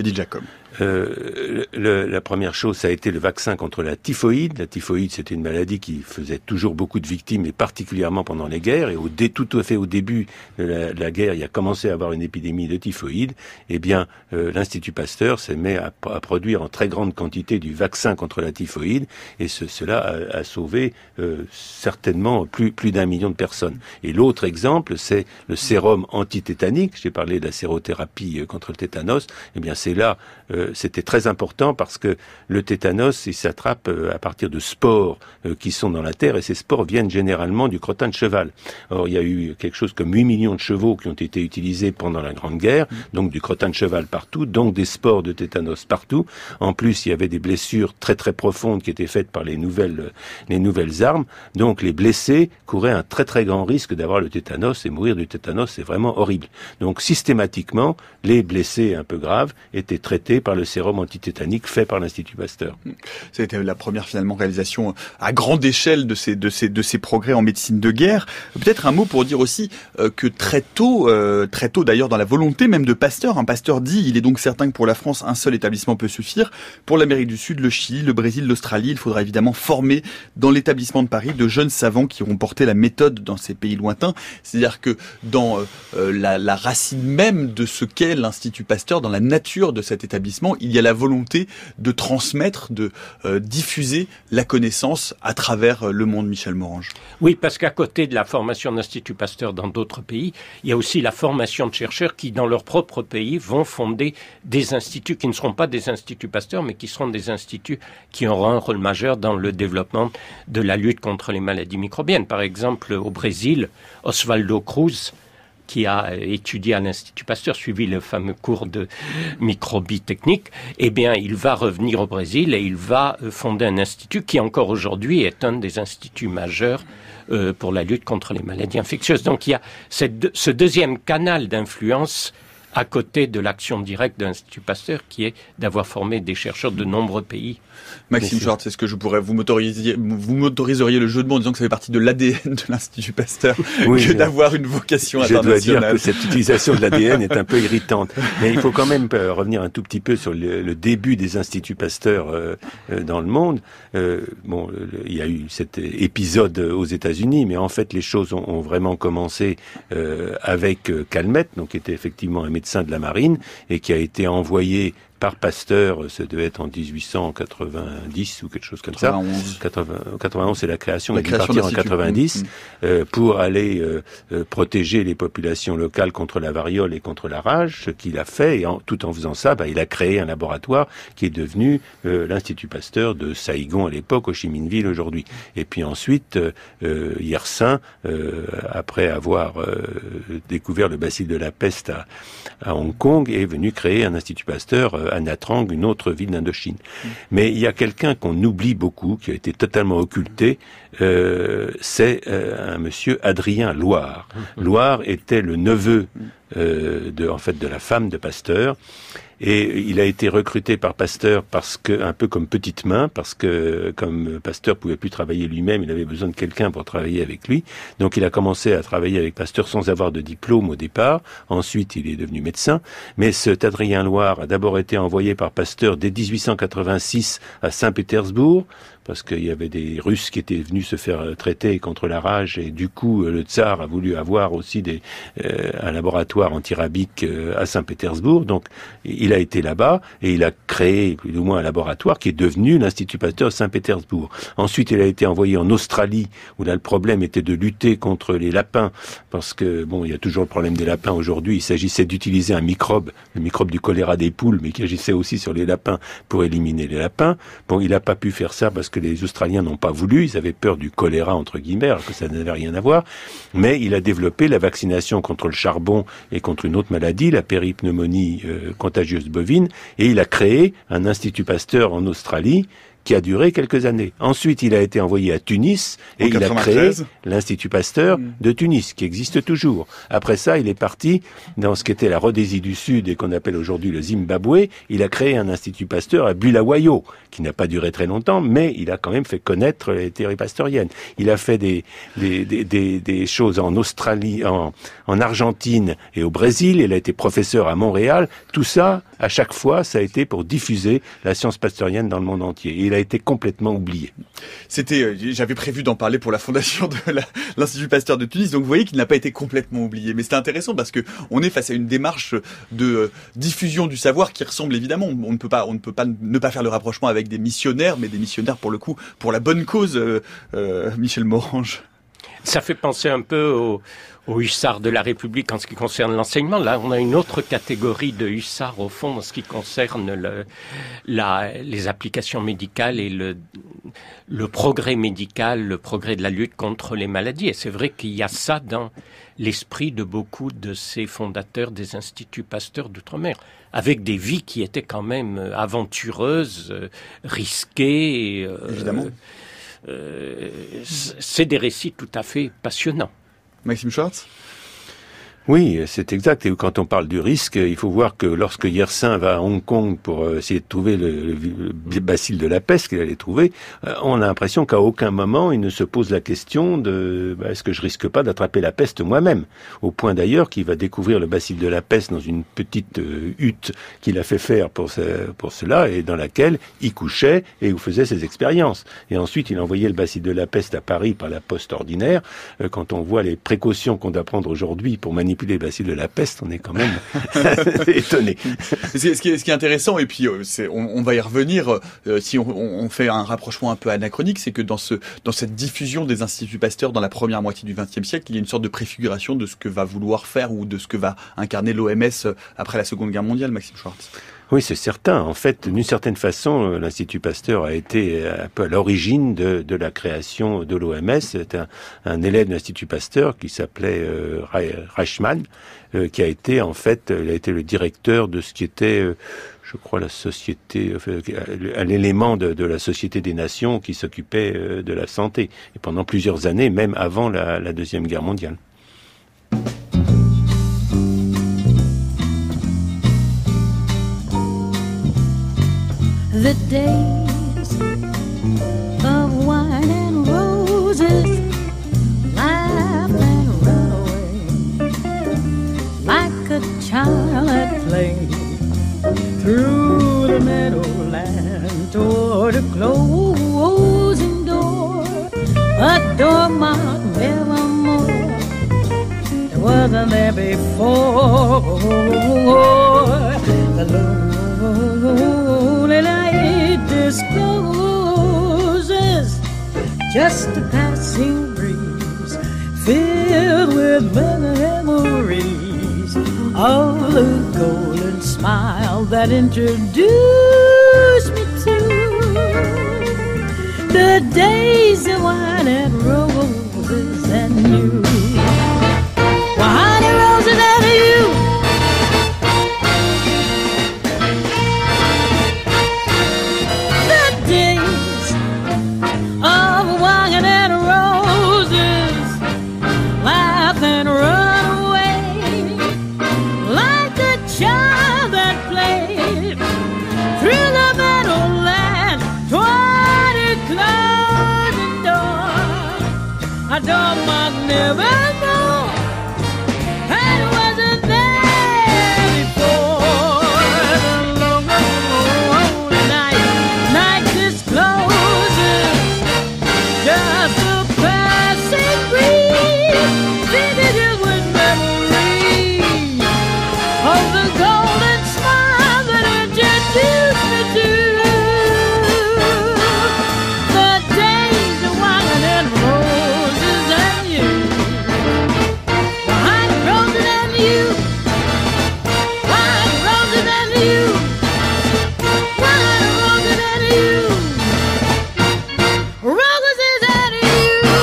La première chose, ça a été le vaccin contre la typhoïde. La typhoïde, c'était une maladie qui faisait toujours beaucoup de victimes, et particulièrement pendant les guerres. Et tout à fait au début de la guerre, il a commencé à avoir une épidémie de typhoïde. Eh bien, l'Institut Pasteur s'est mis à produire en très grande quantité du vaccin contre la typhoïde, et cela a sauvé certainement plus d'1 million de personnes. Et l'autre exemple, c'est le sérum antitétanique. J'ai parlé de la sérothérapie contre le tétanos. Eh bien, c'est là c'était très important parce que le tétanos, il s'attrape à partir de spores qui sont dans la terre, et ces spores viennent généralement du crottin de cheval. Or, il y a eu quelque chose comme 8 millions de chevaux qui ont été utilisés pendant la Grande Guerre, donc du crottin de cheval partout, donc des spores de tétanos partout. En plus, il y avait des blessures très très profondes qui étaient faites par les nouvelles armes. Donc, les blessés couraient un très très grand risque d'avoir le tétanos, et mourir du tétanos, c'est vraiment horrible. Donc, systématiquement, les blessés un peu graves étaient traités par le sérum antitétanique fait par l'Institut Pasteur. C'était la première finalement réalisation à grande échelle de ces progrès en médecine de guerre. Peut-être un mot pour dire aussi que très tôt d'ailleurs dans la volonté même de Pasteur, Pasteur dit il est donc certain que pour la France un seul établissement peut suffire. Pour l'Amérique du Sud, le Chili, le Brésil, l'Australie, il faudra évidemment former dans l'établissement de Paris de jeunes savants qui auront porté la méthode dans ces pays lointains. C'est-à-dire que dans la racine même de ce qu'est l'Institut Pasteur, dans la nature de cet établissement, il y a la volonté de transmettre, de diffuser la connaissance à travers le monde, Michel Morange. Oui, parce qu'à côté de la formation d'Institut Pasteur dans d'autres pays, il y a aussi la formation de chercheurs qui, dans leur propre pays, vont fonder des instituts qui ne seront pas des instituts Pasteur, mais qui seront des instituts qui auront un rôle majeur dans le développement de la lutte contre les maladies microbiennes. Par exemple, au Brésil, Oswaldo Cruz, qui a étudié à l'Institut Pasteur, suivi le fameux cours de microbie technique, eh bien, il va revenir au Brésil et il va fonder un institut qui, encore aujourd'hui, est un des instituts majeurs pour la lutte contre les maladies infectieuses. Donc, il y a ce deuxième canal d'influence à côté de l'action directe de l'Institut Pasteur, qui est d'avoir formé des chercheurs de nombreux pays. Maxime Schwartz, est-ce que vous m'autoriseriez le jeu de mots en disant que ça fait partie de l'ADN de l'Institut Pasteur que d'avoir une vocation internationale? Je dois dire que cette utilisation de l'ADN est un peu irritante. Mais il faut quand même revenir un tout petit peu sur le début des Instituts Pasteur dans le monde. Il y a eu cet épisode aux États-Unis, mais en fait les choses ont vraiment commencé avec Calmette, donc qui était effectivement un médecin de la marine et qui a été envoyé par Pasteur, ça devait être en 1890 ou quelque chose comme 91. Ça. 91, c'est la création. Il a dû partir en 90 pour aller protéger les populations locales contre la variole et contre la rage, ce qu'il a fait. Et tout en faisant ça, il a créé un laboratoire qui est devenu l'Institut Pasteur de Saïgon à l'époque, Ho Chi Minh Ville aujourd'hui. Et puis ensuite, Yersin, après avoir découvert le bacille de la peste à Hong Kong, est venu créer un Institut Pasteur à Nha Trang, une autre ville d'Indochine. Mais il y a quelqu'un qu'on oublie beaucoup, qui a été totalement occulté, c'est un monsieur Adrien Loire. Loire était le neveu de la femme de Pasteur. Et il a été recruté par Pasteur un peu comme petite main, parce que comme Pasteur pouvait plus travailler lui-même, il avait besoin de quelqu'un pour travailler avec lui. Donc il a commencé à travailler avec Pasteur sans avoir de diplôme au départ. Ensuite, il est devenu médecin. Mais cet Adrien Loire a d'abord été envoyé par Pasteur dès 1886 à Saint-Pétersbourg, parce qu'il y avait des Russes qui étaient venus se faire traiter contre la rage, et du coup le tsar a voulu avoir aussi un laboratoire antirabique à Saint-Pétersbourg. Donc il a été là-bas et il a créé plus ou moins un laboratoire qui est devenu l'Institut Pasteur de Saint-Pétersbourg. Ensuite, il a été envoyé en Australie, où là le problème était de lutter contre les lapins, parce que il y a toujours le problème des lapins aujourd'hui. Il s'agissait d'utiliser un microbe, le microbe du choléra des poules, mais qui agissait aussi sur les lapins pour éliminer les lapins. Il n'a pas pu faire ça parce que les Australiens n'ont pas voulu, ils avaient peur du choléra entre guillemets, alors que ça n'avait rien à voir. Mais il a développé la vaccination contre le charbon et contre une autre maladie, la péripneumonie contagieuse bovine, et il a créé un Institut Pasteur en Australie qui a duré quelques années. Ensuite, il a été envoyé à Tunis et il a créé l'Institut Pasteur de Tunis, qui existe toujours. Après ça, il est parti dans ce qu'était la Rhodésie du Sud et qu'on appelle aujourd'hui le Zimbabwe. Il a créé un Institut Pasteur à Bulawayo, qui n'a pas duré très longtemps, mais il a quand même fait connaître les théories pasteuriennes. Il a fait des choses en Australie, en Argentine et au Brésil. Il a été professeur à Montréal. Tout ça, à chaque fois, ça a été pour diffuser la science pasteurienne dans le monde entier. Et il a été complètement oublié. J'avais prévu d'en parler pour la fondation de l'Institut Pasteur de Tunis, donc vous voyez qu'il n'a pas été complètement oublié. Mais c'était intéressant parce que on est face à une démarche de diffusion du savoir qui ressemble évidemment. On ne peut pas ne pas faire le rapprochement avec des missionnaires, mais des missionnaires pour le coup pour la bonne cause. Michel Morange. Ça fait penser un peu aux hussards de la République en ce qui concerne l'enseignement. Là, on a une autre catégorie de hussards, au fond, en ce qui concerne les applications médicales et le progrès médical, le progrès de la lutte contre les maladies. Et c'est vrai qu'il y a ça dans l'esprit de beaucoup de ces fondateurs des Instituts Pasteur d'Outre-mer, avec des vies qui étaient quand même aventureuses, risquées. Évidemment. C'est des récits tout à fait passionnants. Maxime Schwartz ? Oui, c'est exact. Et quand on parle du risque, il faut voir que lorsque Yersin va à Hong Kong pour essayer de trouver le bacille de la peste qu'il allait trouver, on a l'impression qu'à aucun moment il ne se pose la question de est-ce que je risque pas d'attraper la peste moi-même, au point d'ailleurs qu'il va découvrir le bacille de la peste dans une petite hutte qu'il a fait faire pour cela et dans laquelle il couchait et où faisait ses expériences. Et ensuite il a envoyé le bacille de la peste à Paris par la poste ordinaire. Quand on voit les précautions qu'on doit prendre aujourd'hui pour manipuler les bacilles de la peste, on est quand même étonné. Ce qui est intéressant, et puis on va y revenir, si on fait un rapprochement un peu anachronique, c'est que dans cette diffusion des Instituts Pasteur dans la première moitié du XXe siècle, il y a une sorte de préfiguration de ce que va vouloir faire ou de ce que va incarner l'OMS après la Seconde Guerre mondiale, Maxime Schwartz. Oui, c'est certain. En fait, d'une certaine façon, l'Institut Pasteur a été un peu à l'origine de la création de l'OMS. C'est un élève de l'Institut Pasteur qui s'appelait Reichmann, qui a été en fait, il a été le directeur de ce qui était, je crois, la société, un élément de la Société des Nations qui s'occupait de la santé. Et pendant plusieurs années, même avant la Deuxième Guerre mondiale. The days of wine and roses, laugh and run away, like a child at play, through the meadowland toward a closing door, a door marked nevermore. There wasn't there before. The lonely night discloses just a passing breeze, filled with memories of the golden smile that introduced me to the days of wine and roses and you. Wine and roses and you. I don't want never know it wasn't there before. The lonely night discloses just a passing breeze, vivid with memories of the golden smile that introduced me to the days of wine and roses and you. Wine roses and you. Wine roses and you. Wine roses and you. Roses and you.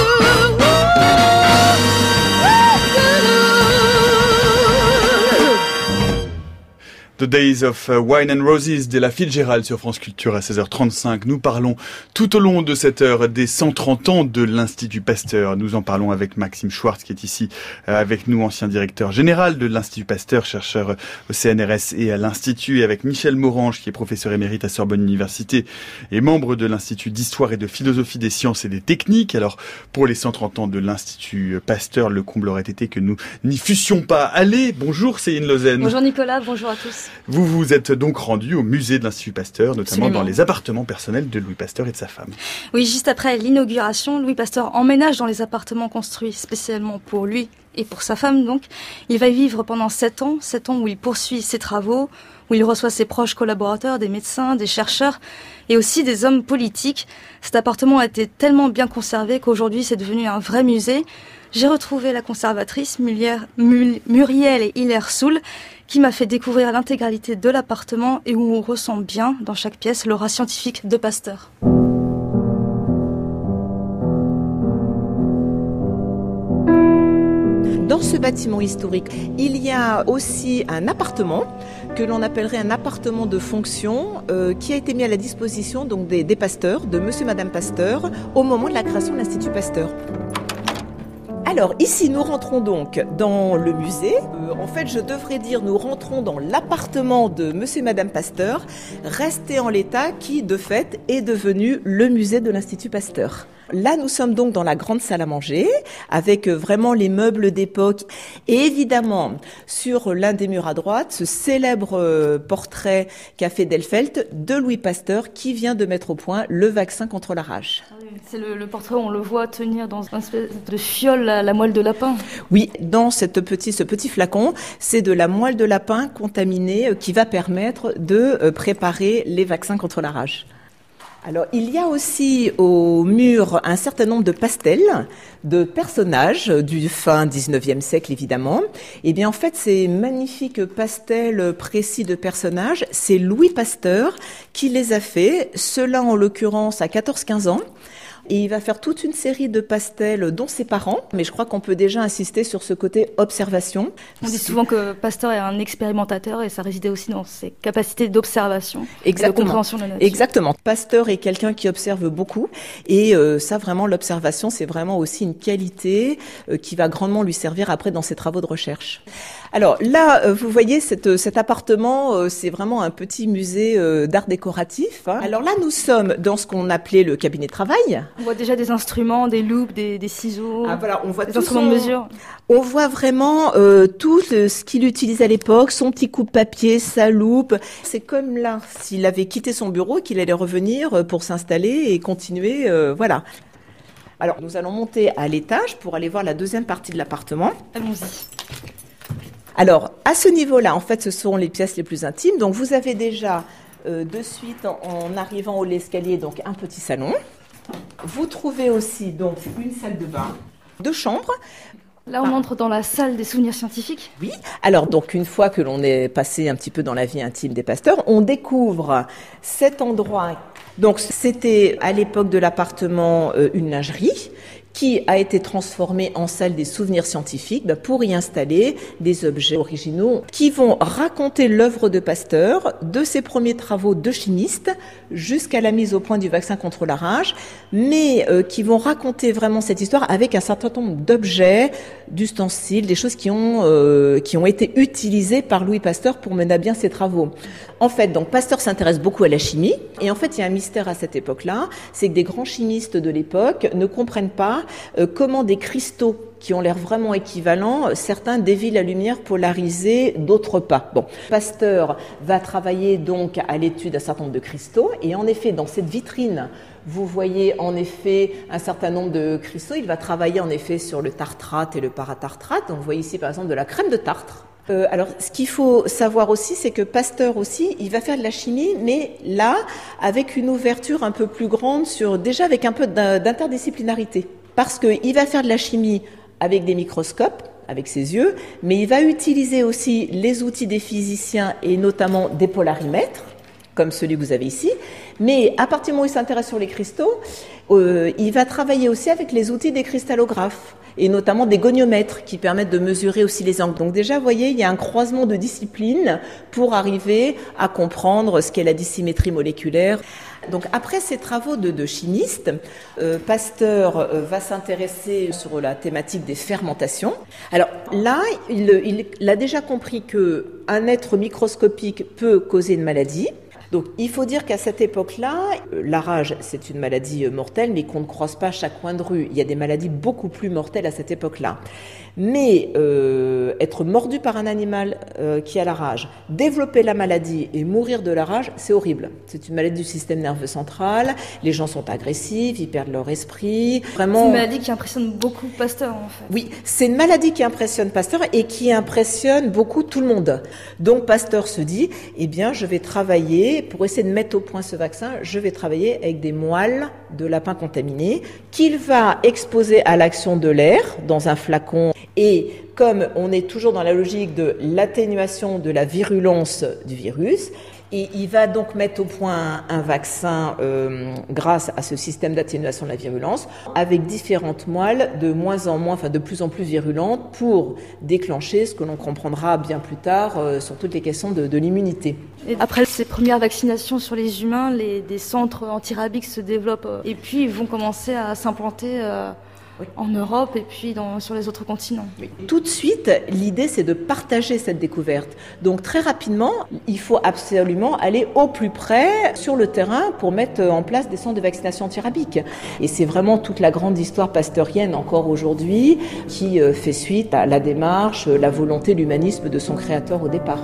The Days of Wine and Roses de la Fitzgerald sur France Culture à 16h35. Nous parlons tout au long de cette heure des 130 ans de l'Institut Pasteur. Nous en parlons avec Maxime Schwartz qui est ici avec nous, ancien directeur général de l'Institut Pasteur, chercheur au CNRS et à l'Institut, et avec Michel Morange qui est professeur émérite à Sorbonne Université et membre de l'Institut d'Histoire et de Philosophie des Sciences et des Techniques. Alors, pour les 130 ans de l'Institut Pasteur, le comble aurait été que nous n'y fussions pas. Allez, bonjour Céline Lausanne. Bonjour Nicolas, bonjour à tous. Vous vous êtes donc rendu au musée de l'Institut Pasteur, notamment Absolument. dans les appartements personnels de Louis Pasteur et de sa femme. Oui, juste après l'inauguration, Louis Pasteur emménage dans les appartements construits spécialement pour lui et pour sa femme. Donc, il va y vivre pendant 7 ans où il poursuit ses travaux, où il reçoit ses proches collaborateurs, des médecins, des chercheurs et aussi des hommes politiques. Cet appartement a été tellement bien conservé qu'aujourd'hui c'est devenu un vrai musée. J'ai retrouvé la conservatrice Muriel et Hilaire Soul qui m'a fait découvrir l'intégralité de l'appartement et où on ressent bien dans chaque pièce l'aura scientifique de Pasteur. Dans ce bâtiment historique, il y a aussi un appartement que l'on appellerait un appartement de fonction qui a été mis à la disposition donc des pasteurs, de monsieur et madame Pasteur, au moment de la création de l'Institut Pasteur. Alors ici nous rentrons donc dans le musée, en fait je devrais dire nous rentrons dans l'appartement de monsieur et madame Pasteur, resté en l'état qui de fait est devenu le musée de l'Institut Pasteur. Là, nous sommes donc dans la grande salle à manger, avec vraiment les meubles d'époque. Et évidemment, sur l'un des murs à droite, ce célèbre portrait qu'a fait Delfelt de Louis Pasteur, qui vient de mettre au point le vaccin contre la rage. C'est le portrait où on le voit tenir dans une espèce de fiole la moelle de lapin. Oui, dans ce petit flacon, c'est de la moelle de lapin contaminée qui va permettre de préparer les vaccins contre la rage. Alors, il y a aussi au mur un certain nombre de pastels de personnages du fin 19e siècle, évidemment. Et bien, en fait, ces magnifiques pastels précis de personnages, c'est Louis Pasteur qui les a faits, ceux-là en l'occurrence à 14-15 ans. Et il va faire toute une série de pastels dont ses parents, mais je crois qu'on peut déjà insister sur ce côté observation. On dit souvent que Pasteur est un expérimentateur et ça résidait aussi dans ses capacités d'observation et de compréhension de la nature. Exactement. Pasteur est quelqu'un qui observe beaucoup et ça vraiment l'observation c'est vraiment aussi une qualité qui va grandement lui servir après dans ses travaux de recherche. Alors là, vous voyez cet appartement, c'est vraiment un petit musée d'art décoratif. Alors là, nous sommes dans ce qu'on appelait le cabinet de travail. On voit déjà des instruments, des loupes, des ciseaux, voilà, on voit des instruments de mesure. On voit vraiment tout ce qu'il utilisait à l'époque, son petit coupe-papier, sa loupe. C'est comme là, s'il avait quitté son bureau, qu'il allait revenir pour s'installer et continuer, voilà. Alors, nous allons monter à l'étage pour aller voir la deuxième partie de l'appartement. Allons-y. Alors, à ce niveau-là, en fait, ce sont les pièces les plus intimes. Donc, vous avez déjà, de suite, en arrivant au l'escalier, donc un petit salon. Vous trouvez aussi, donc, une salle de bain, 2 chambres. Là, on entre dans la salle des souvenirs scientifiques. Oui. Alors, donc, une fois que l'on est passé un petit peu dans la vie intime des pasteurs, on découvre cet endroit. Donc, c'était, à l'époque de l'appartement, une lingerie qui a été transformée en salle des souvenirs scientifiques pour y installer des objets originaux qui vont raconter l'œuvre de Pasteur, de ses premiers travaux de chimiste jusqu'à la mise au point du vaccin contre la rage, mais qui vont raconter vraiment cette histoire avec un certain nombre d'objets, d'ustensiles, des choses qui ont été utilisées par Louis Pasteur pour mener à bien ses travaux. En fait, donc Pasteur s'intéresse beaucoup à la chimie, et en fait, il y a un mystère à cette époque-là, c'est que des grands chimistes de l'époque ne comprennent pas comment des cristaux qui ont l'air vraiment équivalents, certains dévient la lumière polarisée, d'autres pas. Bon, Pasteur va travailler donc à l'étude d'un certain nombre de cristaux, et en effet, dans cette vitrine, vous voyez en effet un certain nombre de cristaux. Il va travailler en effet sur le tartrate et le paratartrate. Donc vous voyez ici par exemple de la crème de tartre. Alors, ce qu'il faut savoir aussi, c'est que Pasteur aussi, il va faire de la chimie, mais là, avec une ouverture un peu plus grande, déjà avec un peu d'interdisciplinarité. Parce qu'il va faire de la chimie avec des microscopes, avec ses yeux, mais il va utiliser aussi les outils des physiciens et notamment des polarimètres, comme celui que vous avez ici. Mais à partir du moment où il s'intéresse sur les cristaux, il va travailler aussi avec les outils des cristallographes et notamment des goniomètres qui permettent de mesurer aussi les angles. Donc déjà, vous voyez, il y a un croisement de disciplines pour arriver à comprendre ce qu'est la dissymétrie moléculaire. Donc après ces travaux de chimiste, Pasteur va s'intéresser sur la thématique des fermentations. Alors là, il a déjà compris qu'un être microscopique peut causer une maladie. Donc il faut dire qu'à cette époque-là, la rage, c'est une maladie mortelle, mais qu'on ne croise pas à chaque coin de rue. Il y a des maladies beaucoup plus mortelles à cette époque-là. Mais être mordu par un animal qui a la rage, développer la maladie et mourir de la rage, c'est horrible. C'est une maladie du système nerveux central, les gens sont agressifs, ils perdent leur esprit. Vraiment... C'est une maladie qui impressionne beaucoup Pasteur, en fait. Oui, c'est une maladie qui impressionne Pasteur et qui impressionne beaucoup tout le monde. Donc Pasteur se dit, eh bien, je vais travailler, pour essayer de mettre au point ce vaccin, je vais travailler avec des moelles de lapins contaminés qu'il va exposer à l'action de l'air dans un flacon. Et comme on est toujours dans la logique de l'atténuation de la virulence du virus, et il va donc mettre au point un vaccin grâce à ce système d'atténuation de la virulence, avec différentes moelles de moins en moins, enfin de plus en plus virulentes, pour déclencher ce que l'on comprendra bien plus tard sur toutes les questions de l'immunité. Et après ces premières vaccinations sur les humains, des centres antirabiques se développent et puis ils vont commencer à s'implanter en Europe et puis sur les autres continents. Oui. Tout de suite, l'idée c'est de partager cette découverte. Donc très rapidement, il faut absolument aller au plus près sur le terrain pour mettre en place des centres de vaccination antirabique. Et c'est vraiment toute la grande histoire pasteurienne encore aujourd'hui qui fait suite à la démarche, la volonté, l'humanisme de son créateur au départ.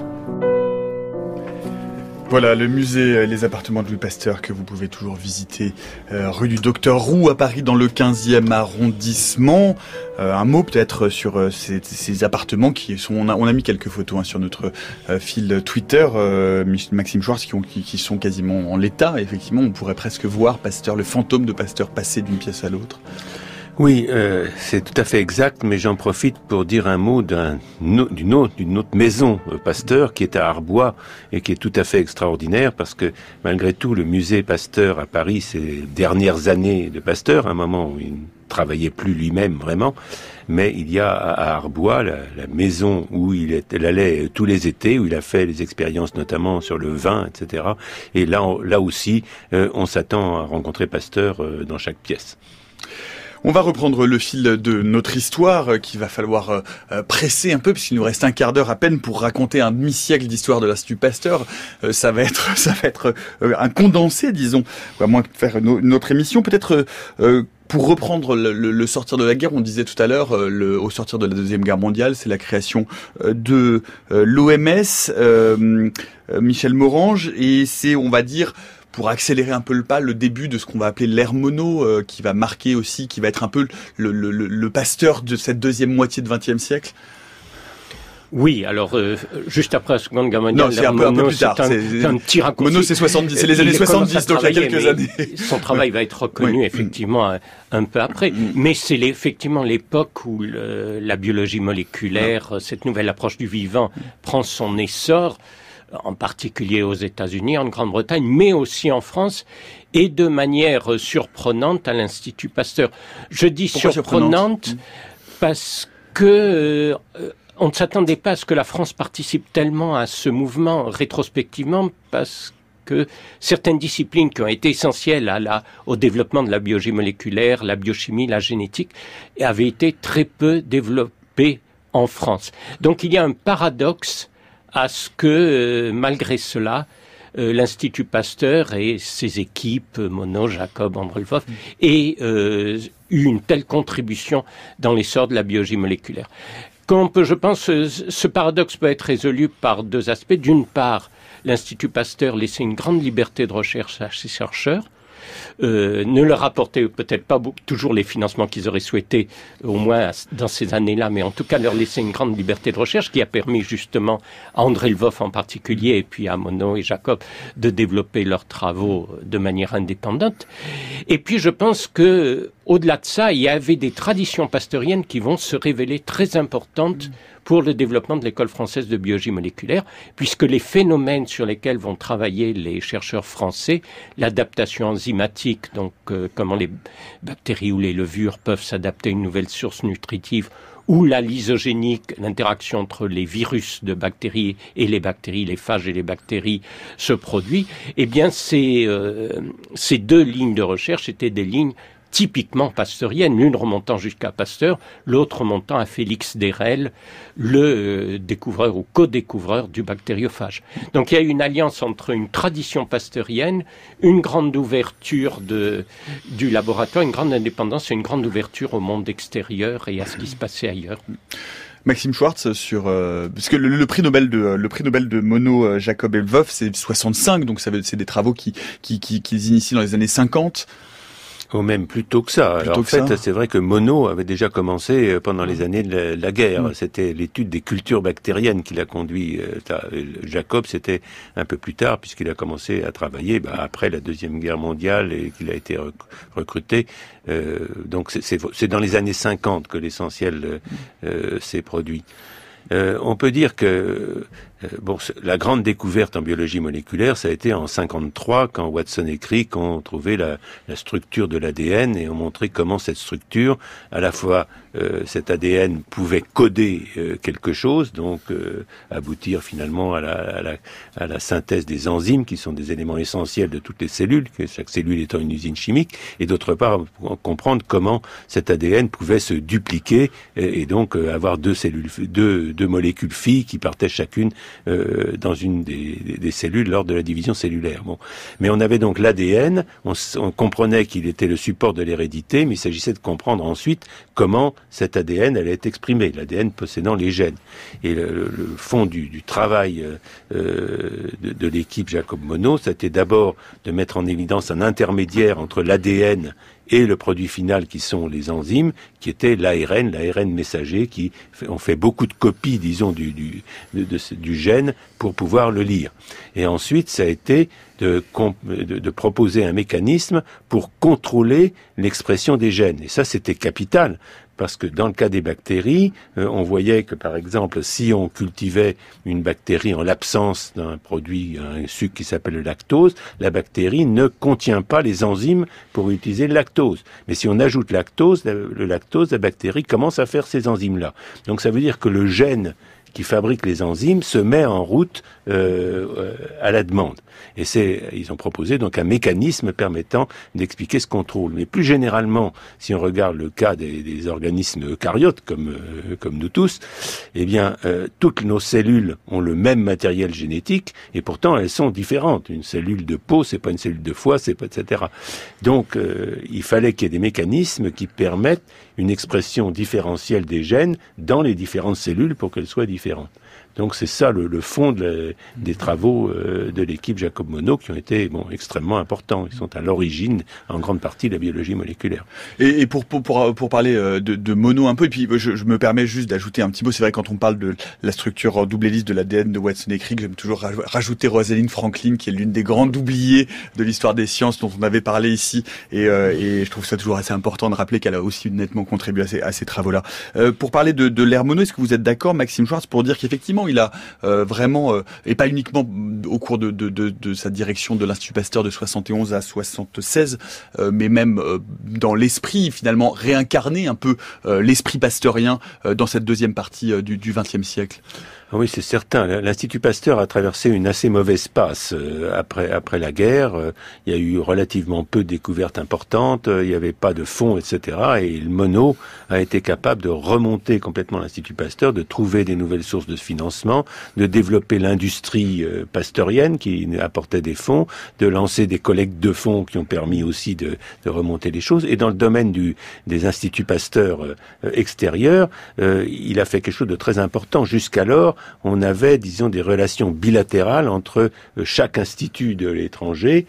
Voilà, le musée Les Appartements de Louis Pasteur que vous pouvez toujours visiter rue du Docteur Roux à Paris dans le 15e arrondissement. Un mot peut-être sur ces appartements qui sont... On a mis quelques photos sur notre fil Twitter, Maxime Schwartz, qui sont quasiment en l'état. Effectivement, on pourrait presque voir Pasteur, le fantôme de Pasteur passer d'une pièce à l'autre. Oui, c'est tout à fait exact, mais j'en profite pour dire un mot d'une autre maison Pasteur qui est à Arbois et qui est tout à fait extraordinaire parce que malgré tout le musée Pasteur à Paris, ces dernières années de Pasteur, un moment où il ne travaillait plus lui-même vraiment, mais il y a à Arbois la maison où il allait tous les étés, où il a fait les expériences notamment sur le vin, etc. Et là aussi, on s'attend à rencontrer Pasteur dans chaque pièce. On va reprendre le fil de notre histoire qu'il va falloir presser un peu puisqu'il nous reste un quart d'heure à peine pour raconter un demi-siècle d'histoire de l'Institut Pasteur. Ça va être un condensé, disons, à moins de faire une autre émission. Peut-être pour reprendre le sortir de la guerre, on disait tout à l'heure, au sortir de la Deuxième Guerre mondiale, c'est la création de l'OMS, Michel Morange, et c'est, on va dire, pour accélérer un peu le pas, le début de ce qu'on va appeler l'ère mono, qui va marquer aussi, qui va être un peu le Pasteur de cette deuxième moitié de XXe siècle. Oui, alors juste après la Seconde Guerre mondiale, c'est un peu plus tard. C'est un petit raccourci. Mono, c'est 70, c'est les années 70, donc il y a quelques années. Son travail va être reconnu effectivement un peu après, mais c'est effectivement l'époque où la biologie moléculaire, cette nouvelle approche du vivant, prend son essor. En particulier aux États-Unis, en Grande-Bretagne, mais aussi en France, et de manière surprenante à l'Institut Pasteur. Je dis surprenante parce que on ne s'attendait pas à ce que la France participe tellement à ce mouvement rétrospectivement, parce que certaines disciplines qui ont été essentielles au développement de la biologie moléculaire, la biochimie, la génétique, avaient été très peu développées en France. Donc il y a un paradoxe à ce que, malgré cela, l'Institut Pasteur et ses équipes, Monod, Jacob, André Lvov, aient eu une telle contribution dans l'essor de la biologie moléculaire. Je pense, ce paradoxe peut être résolu par deux aspects. D'une part, l'Institut Pasteur laissait une grande liberté de recherche à ses chercheurs, ne leur apportait peut-être pas toujours les financements qu'ils auraient souhaité, au moins dans ces années-là, mais en tout cas leur laisser une grande liberté de recherche qui a permis justement à André Lvov en particulier et puis à Monod et Jacob de développer leurs travaux de manière indépendante. Et puis je pense que au-delà de ça, il y avait des traditions pasteuriennes qui vont se révéler très importantes pour le développement de l'école française de biologie moléculaire, puisque les phénomènes sur lesquels vont travailler les chercheurs français, l'adaptation enzymatique, donc comment les bactéries ou les levures peuvent s'adapter à une nouvelle source nutritive, ou la lysogénique, l'interaction entre les virus de bactéries et les bactéries, les phages et les bactéries se produit, eh bien ces deux lignes de recherche étaient des lignes typiquement pasteurienne, l'une remontant jusqu'à Pasteur, l'autre remontant à Félix D'Herelle, le découvreur ou co-découvreur du bactériophage. Donc il y a une alliance entre une tradition pasteurienne, une grande ouverture du laboratoire, une grande indépendance et une grande ouverture au monde extérieur et à ce qui se passait ailleurs. Maxime Schwartz, parce que le prix Nobel de Monod, Jacob et Lvov, c'est 65, donc c'est des travaux qu'ils initient dans les années 50. Ou même plus tôt que ça. Alors, en fait, c'est vrai que Monod avait déjà commencé pendant les années de la guerre. C'était l'étude des cultures bactériennes qui l'a conduit. Jacob, c'était un peu plus tard, puisqu'il a commencé à travailler après la Deuxième Guerre mondiale et qu'il a été recruté. Donc c'est dans les années 50 que l'essentiel s'est produit. On peut dire que la grande découverte en biologie moléculaire, ça a été en 53 quand Watson et Crick ont trouvé la structure de l'ADN et ont montré comment cette structure, à la fois cet ADN pouvait coder quelque chose, donc aboutir finalement à la synthèse des enzymes qui sont des éléments essentiels de toutes les cellules, que chaque cellule étant une usine chimique, et d'autre part comprendre comment cet ADN pouvait se dupliquer et donc avoir deux molécules filles qui partaient chacune dans une des cellules lors de la division cellulaire. Bon. Mais on avait donc l'ADN, on comprenait qu'il était le support de l'hérédité, mais il s'agissait de comprendre ensuite comment cet ADN allait être exprimé, l'ADN possédant les gènes. Et le fond du travail de l'équipe Jacob Monod, c'était d'abord de mettre en évidence un intermédiaire entre l'ADN et le produit final qui sont les enzymes, qui était l'ARN messager, qui ont fait beaucoup de copies, disons, du gène pour pouvoir le lire. Et ensuite, ça a été de proposer un mécanisme pour contrôler l'expression des gènes. Et ça, c'était capital. Parce que dans le cas des bactéries, on voyait que, par exemple, si on cultivait une bactérie en l'absence d'un produit, un sucre qui s'appelle le lactose, la bactérie ne contient pas les enzymes pour utiliser le lactose. Mais si on ajoute le lactose, la bactérie commence à faire ces enzymes-là. Donc ça veut dire que le gène qui fabrique les enzymes se met en route à la demande. Et ils ont proposé donc un mécanisme permettant d'expliquer ce contrôle. Mais plus généralement, si on regarde le cas des organismes eucaryotes comme nous tous, eh bien toutes nos cellules ont le même matériel génétique et pourtant elles sont différentes. Une cellule de peau, c'est pas une cellule de foie, c'est pas etc. Donc il fallait qu'il y ait des mécanismes qui permettent une expression différentielle des gènes dans les différentes cellules pour qu'elles soient différentes. Donc c'est ça le fond des travaux de l'équipe Jacob Monod qui ont été extrêmement importants. Ils sont à l'origine, en grande partie, de la biologie moléculaire. Et pour parler de Monod un peu, et puis je me permets juste d'ajouter un petit mot. C'est vrai quand on parle de la structure en double hélice de l'ADN de Watson et Crick, j'aime toujours rajouter Rosalind Franklin, qui est l'une des grandes oubliées de l'histoire des sciences dont on avait parlé ici. Et je trouve ça toujours assez important de rappeler qu'elle a aussi nettement contribué à ces travaux-là. Pour parler de l'ère Monod, est-ce que vous êtes d'accord, Maxime Schwartz, pour dire qu'effectivement il a vraiment, et pas uniquement au cours de sa direction de l'Institut Pasteur de 71 à 76, mais même dans l'esprit, finalement, réincarner un peu l'esprit pasteurien dans cette deuxième partie du XXe siècle? Oui, c'est certain. L'Institut Pasteur a traversé une assez mauvaise passe après la guerre. Il y a eu relativement peu de découvertes importantes. Il n'y avait pas de fonds, etc. Et le Monod a été capable de remonter complètement l'Institut Pasteur, de trouver des nouvelles sources de financement, de développer l'industrie pasteurienne qui apportait des fonds, de lancer des collectes de fonds qui ont permis aussi de remonter les choses. Et dans le domaine des instituts Pasteur extérieurs, il a fait quelque chose de très important. Jusqu'alors, on avait, disons, des relations bilatérales entre chaque institut de l'étranger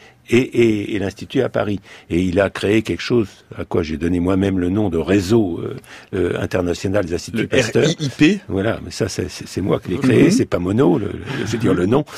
et l'Institut à Paris. Et il a créé quelque chose à quoi j'ai donné moi-même le nom de réseau international des instituts Pasteur. Le RIIP. Voilà, mais ça c'est moi qui l'ai créé, c'est pas Monod, je veux dire le nom.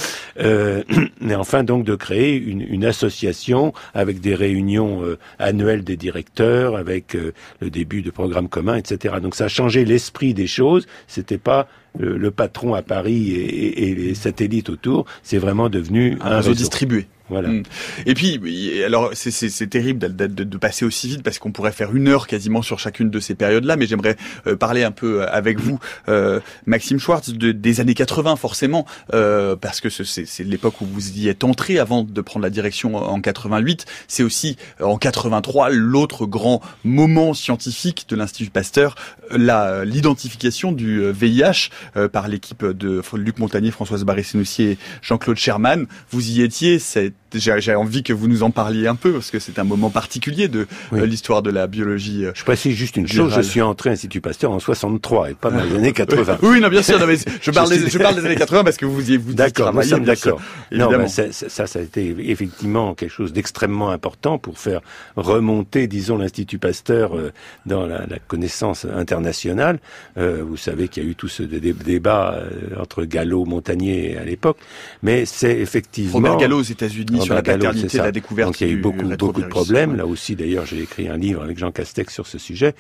Mais enfin donc de créer une association avec des réunions annuelles des directeurs, avec le début de programmes communs, etc. Donc ça a changé l'esprit des choses. C'était pas le patron à Paris et les satellites autour. C'est vraiment devenu un réseau distribué. Voilà. Et puis, alors, c'est terrible de passer aussi vite parce qu'on pourrait faire 1 heure quasiment sur chacune de ces périodes-là, mais j'aimerais parler un peu avec vous, Maxime Schwartz, des années 80 forcément, parce que c'est l'époque où vous y êtes entré avant de prendre la direction en 88. C'est aussi en 83 l'autre grand moment scientifique de l'Institut Pasteur, l'identification du VIH par l'équipe de Luc Montagnier, Françoise Barré-Sinossier et Jean-Claude Sherman. Vous y étiez, j'ai envie que vous nous en parliez un peu, parce que c'est un moment particulier de l'histoire de la biologie. Je précise juste une chose, je suis entré à l'Institut Pasteur en 63 et pas dans les années 80. Oui, non, bien sûr, non, mais je parle des années 80 parce que vous d'accord, nous sommes d'accord. Non, ça a été effectivement quelque chose d'extrêmement important pour faire remonter, disons, l'Institut Pasteur dans la connaissance internationale. Vous savez qu'il y a eu tout ce débat entre Gallo, Montagnier à l'époque, mais c'est effectivement... Robert Gallo aux États-Unis sur la paternité de la découverte. Donc il y a eu beaucoup de problèmes. Là aussi, d'ailleurs, j'ai écrit un livre avec Jean Castex sur ce sujet.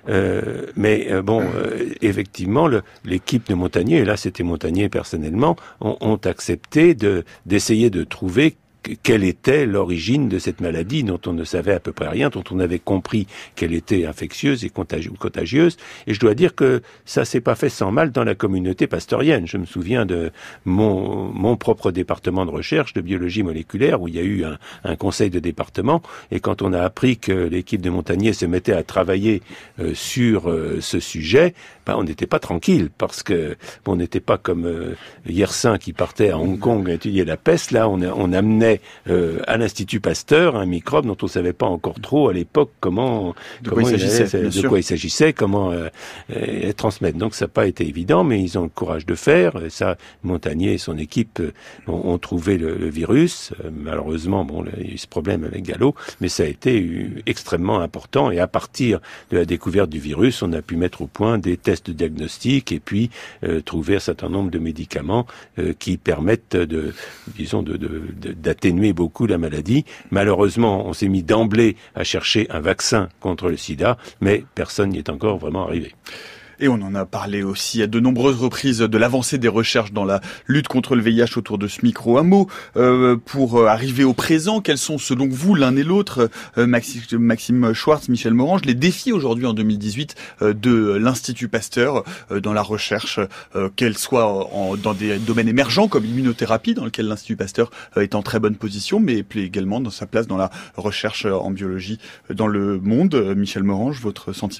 Effectivement, l'équipe de Montagnier, et là c'était Montagnier personnellement, ont accepté d'essayer de trouver quelle était l'origine de cette maladie dont on ne savait à peu près rien, dont on avait compris qu'elle était infectieuse et contagieuse. Et je dois dire que ça s'est pas fait sans mal dans la communauté pasteurienne. Je me souviens de mon propre département de recherche de biologie moléculaire où il y a eu un conseil de département, et quand on a appris que l'équipe de Montagnier se mettait à travailler sur ce sujet, on n'était pas tranquille, parce que on n'était pas comme Yersin qui partait à Hong Kong étudier la peste. Là, on amenait à l'Institut Pasteur un microbe dont on ne savait pas encore trop à l'époque de quoi il s'agissait, comment transmettre. Donc ça n'a pas été évident, mais ils ont le courage de faire. Ça, Montagnier et son équipe ont trouvé le virus. Malheureusement, il y a eu ce problème avec Gallo, mais ça a été extrêmement important. Et à partir de la découverte du virus, on a pu mettre au point des tests de diagnostic et puis trouver un certain nombre de médicaments qui permettent d'atténuer beaucoup la maladie. Malheureusement, on s'est mis d'emblée à chercher un vaccin contre le sida, mais personne n'y est encore vraiment arrivé. Et on en a parlé aussi à de nombreuses reprises de l'avancée des recherches dans la lutte contre le VIH autour de ce micro. Un mot pour arriver au présent. Quels sont, selon vous, l'un et l'autre, Maxime Schwartz, Michel Morange, les défis aujourd'hui en 2018 de l'Institut Pasteur dans la recherche, qu'elle soit dans des domaines émergents comme l'immunothérapie, dans lequel l'Institut Pasteur est en très bonne position, mais également dans sa place dans la recherche en biologie dans le monde. Michel Morange, votre sentiment ?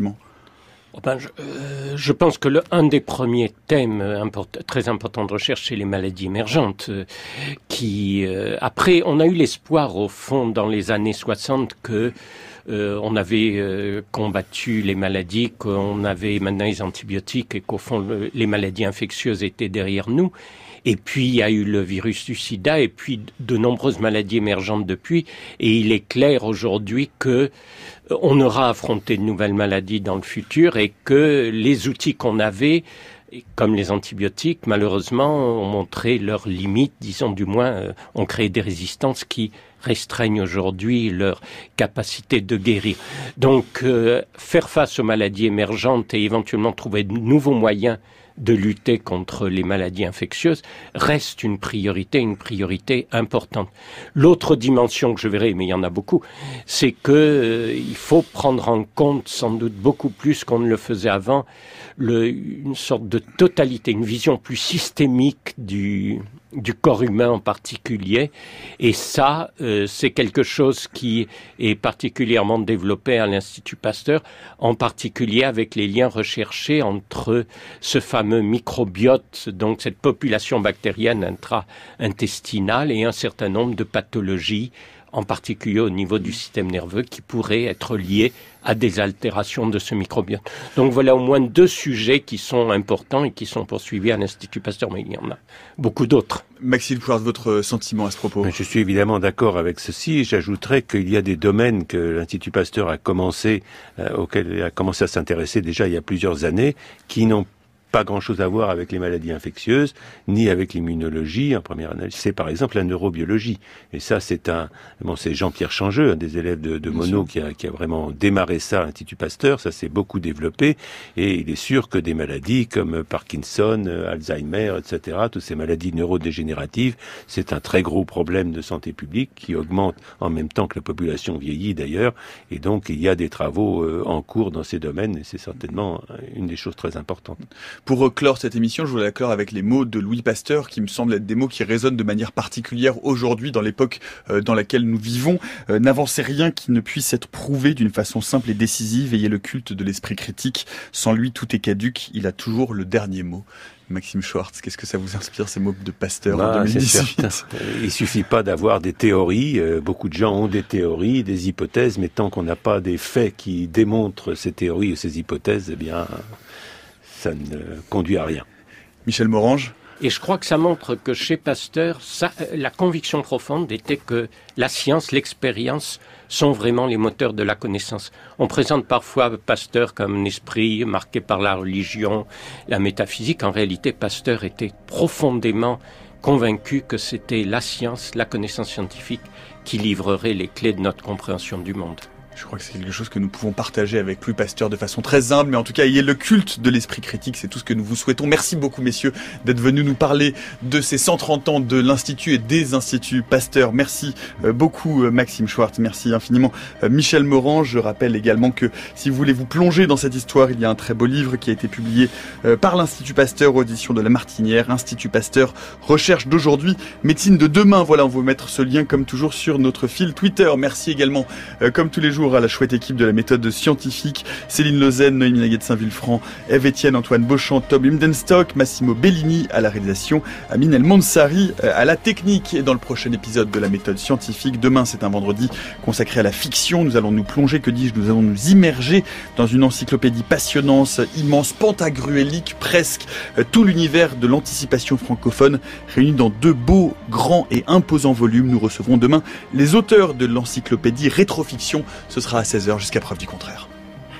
Je pense que un des premiers thèmes très importants de recherche, c'est les maladies émergentes, après, on a eu l'espoir, au fond, dans les années 60, que on avait combattu les maladies, qu'on avait maintenant les antibiotiques et qu'au fond, les maladies infectieuses étaient derrière nous. Et puis, il y a eu le virus du sida et puis de nombreuses maladies émergentes depuis. Et il est clair aujourd'hui que on aura affronté de nouvelles maladies dans le futur et que les outils qu'on avait, comme les antibiotiques, malheureusement, ont montré leurs limites, disons du moins, ont créé des résistances qui restreignent aujourd'hui leur capacité de guérir. Donc, faire face aux maladies émergentes et éventuellement trouver de nouveaux moyens de lutter contre les maladies infectieuses reste une priorité importante. L'autre dimension que je verrai, mais il y en a beaucoup, c'est que il faut prendre en compte sans doute beaucoup plus qu'on ne le faisait avant une sorte de totalité, une vision plus systémique du corps humain en particulier. Et ça, c'est quelque chose qui est particulièrement développé à l'Institut Pasteur, en particulier avec les liens recherchés entre ce fameux microbiote, donc cette population bactérienne intra-intestinale, et un certain nombre de pathologies, en particulier au niveau du système nerveux, qui pourraient être liées à des altérations de ce microbiote. Donc voilà au moins 2 sujets qui sont importants et qui sont poursuivis à l'Institut Pasteur, mais il y en a beaucoup d'autres. Maxime Schwartz, votre sentiment à ce propos ? Je suis évidemment d'accord avec ceci. J'ajouterais qu'il y a des domaines que l'Institut Pasteur auxquels il a commencé à s'intéresser déjà il y a plusieurs années, qui n'ont pas grand-chose à voir avec les maladies infectieuses, ni avec l'immunologie en première analyse. C'est par exemple la neurobiologie. Et ça, c'est Jean-Pierre Changeux, un des élèves de Monod, qui a vraiment démarré ça à l'Institut Pasteur. Ça s'est beaucoup développé. Et il est sûr que des maladies comme Parkinson, Alzheimer, etc., toutes ces maladies neurodégénératives, c'est un très gros problème de santé publique qui augmente en même temps que la population vieillit d'ailleurs. Et donc, il y a des travaux en cours dans ces domaines. Et c'est certainement une des choses très importantes. Pour clore cette émission, je voulais la clore avec les mots de Louis Pasteur, qui me semblent être des mots qui résonnent de manière particulière aujourd'hui, dans l'époque dans laquelle nous vivons. N'avancez rien qui ne puisse être prouvé d'une façon simple et décisive. Ayez le culte de l'esprit critique. Sans lui, tout est caduc. Il a toujours le dernier mot. Maxime Schwartz, qu'est-ce que ça vous inspire, ces mots de Pasteur en 2018 ? Il suffit pas d'avoir des théories. Beaucoup de gens ont des théories, des hypothèses, mais tant qu'on n'a pas des faits qui démontrent ces théories ou ces hypothèses, eh bien, ça ne conduit à rien. Michel Morange ? Et je crois que ça montre que chez Pasteur, la conviction profonde était que la science, l'expérience sont vraiment les moteurs de la connaissance. On présente parfois Pasteur comme un esprit marqué par la religion, la métaphysique. En réalité, Pasteur était profondément convaincu que c'était la science, la connaissance scientifique qui livrerait les clés de notre compréhension du monde. Je crois que c'est quelque chose que nous pouvons partager avec Louis Pasteur de façon très humble, mais en tout cas, ayez le culte de l'esprit critique, c'est tout ce que nous vous souhaitons. Merci beaucoup, messieurs, d'être venus nous parler de ces 130 ans de l'Institut et des Instituts Pasteur. Merci beaucoup, Maxime Schwartz. Merci infiniment, Michel Morange. Je rappelle également que si vous voulez vous plonger dans cette histoire, il y a un très beau livre qui a été publié par l'Institut Pasteur aux éditions de La Martinière. Institut Pasteur, recherche d'aujourd'hui, médecine de demain. Voilà, on va vous mettre ce lien comme toujours sur notre fil Twitter. Merci également, comme tous les jours, à la chouette équipe de la méthode scientifique, Céline Lausanne, Noémie Naguet de Saint-Villefranc, Eve-Étienne, Antoine Beauchamp, Tom Himdenstock, Massimo Bellini à la réalisation, Amine El Mansari à la technique. Et dans le prochain épisode de la méthode scientifique, demain c'est un vendredi consacré à la fiction, nous allons nous plonger, nous allons nous immerger dans une encyclopédie passionnante, immense, pentagruélique presque, tout l'univers de l'anticipation francophone réuni dans 2 beaux, grands et imposants volumes. Nous recevrons demain les auteurs de l'encyclopédie Rétrofiction. Ce sera à 16h jusqu'à preuve du contraire.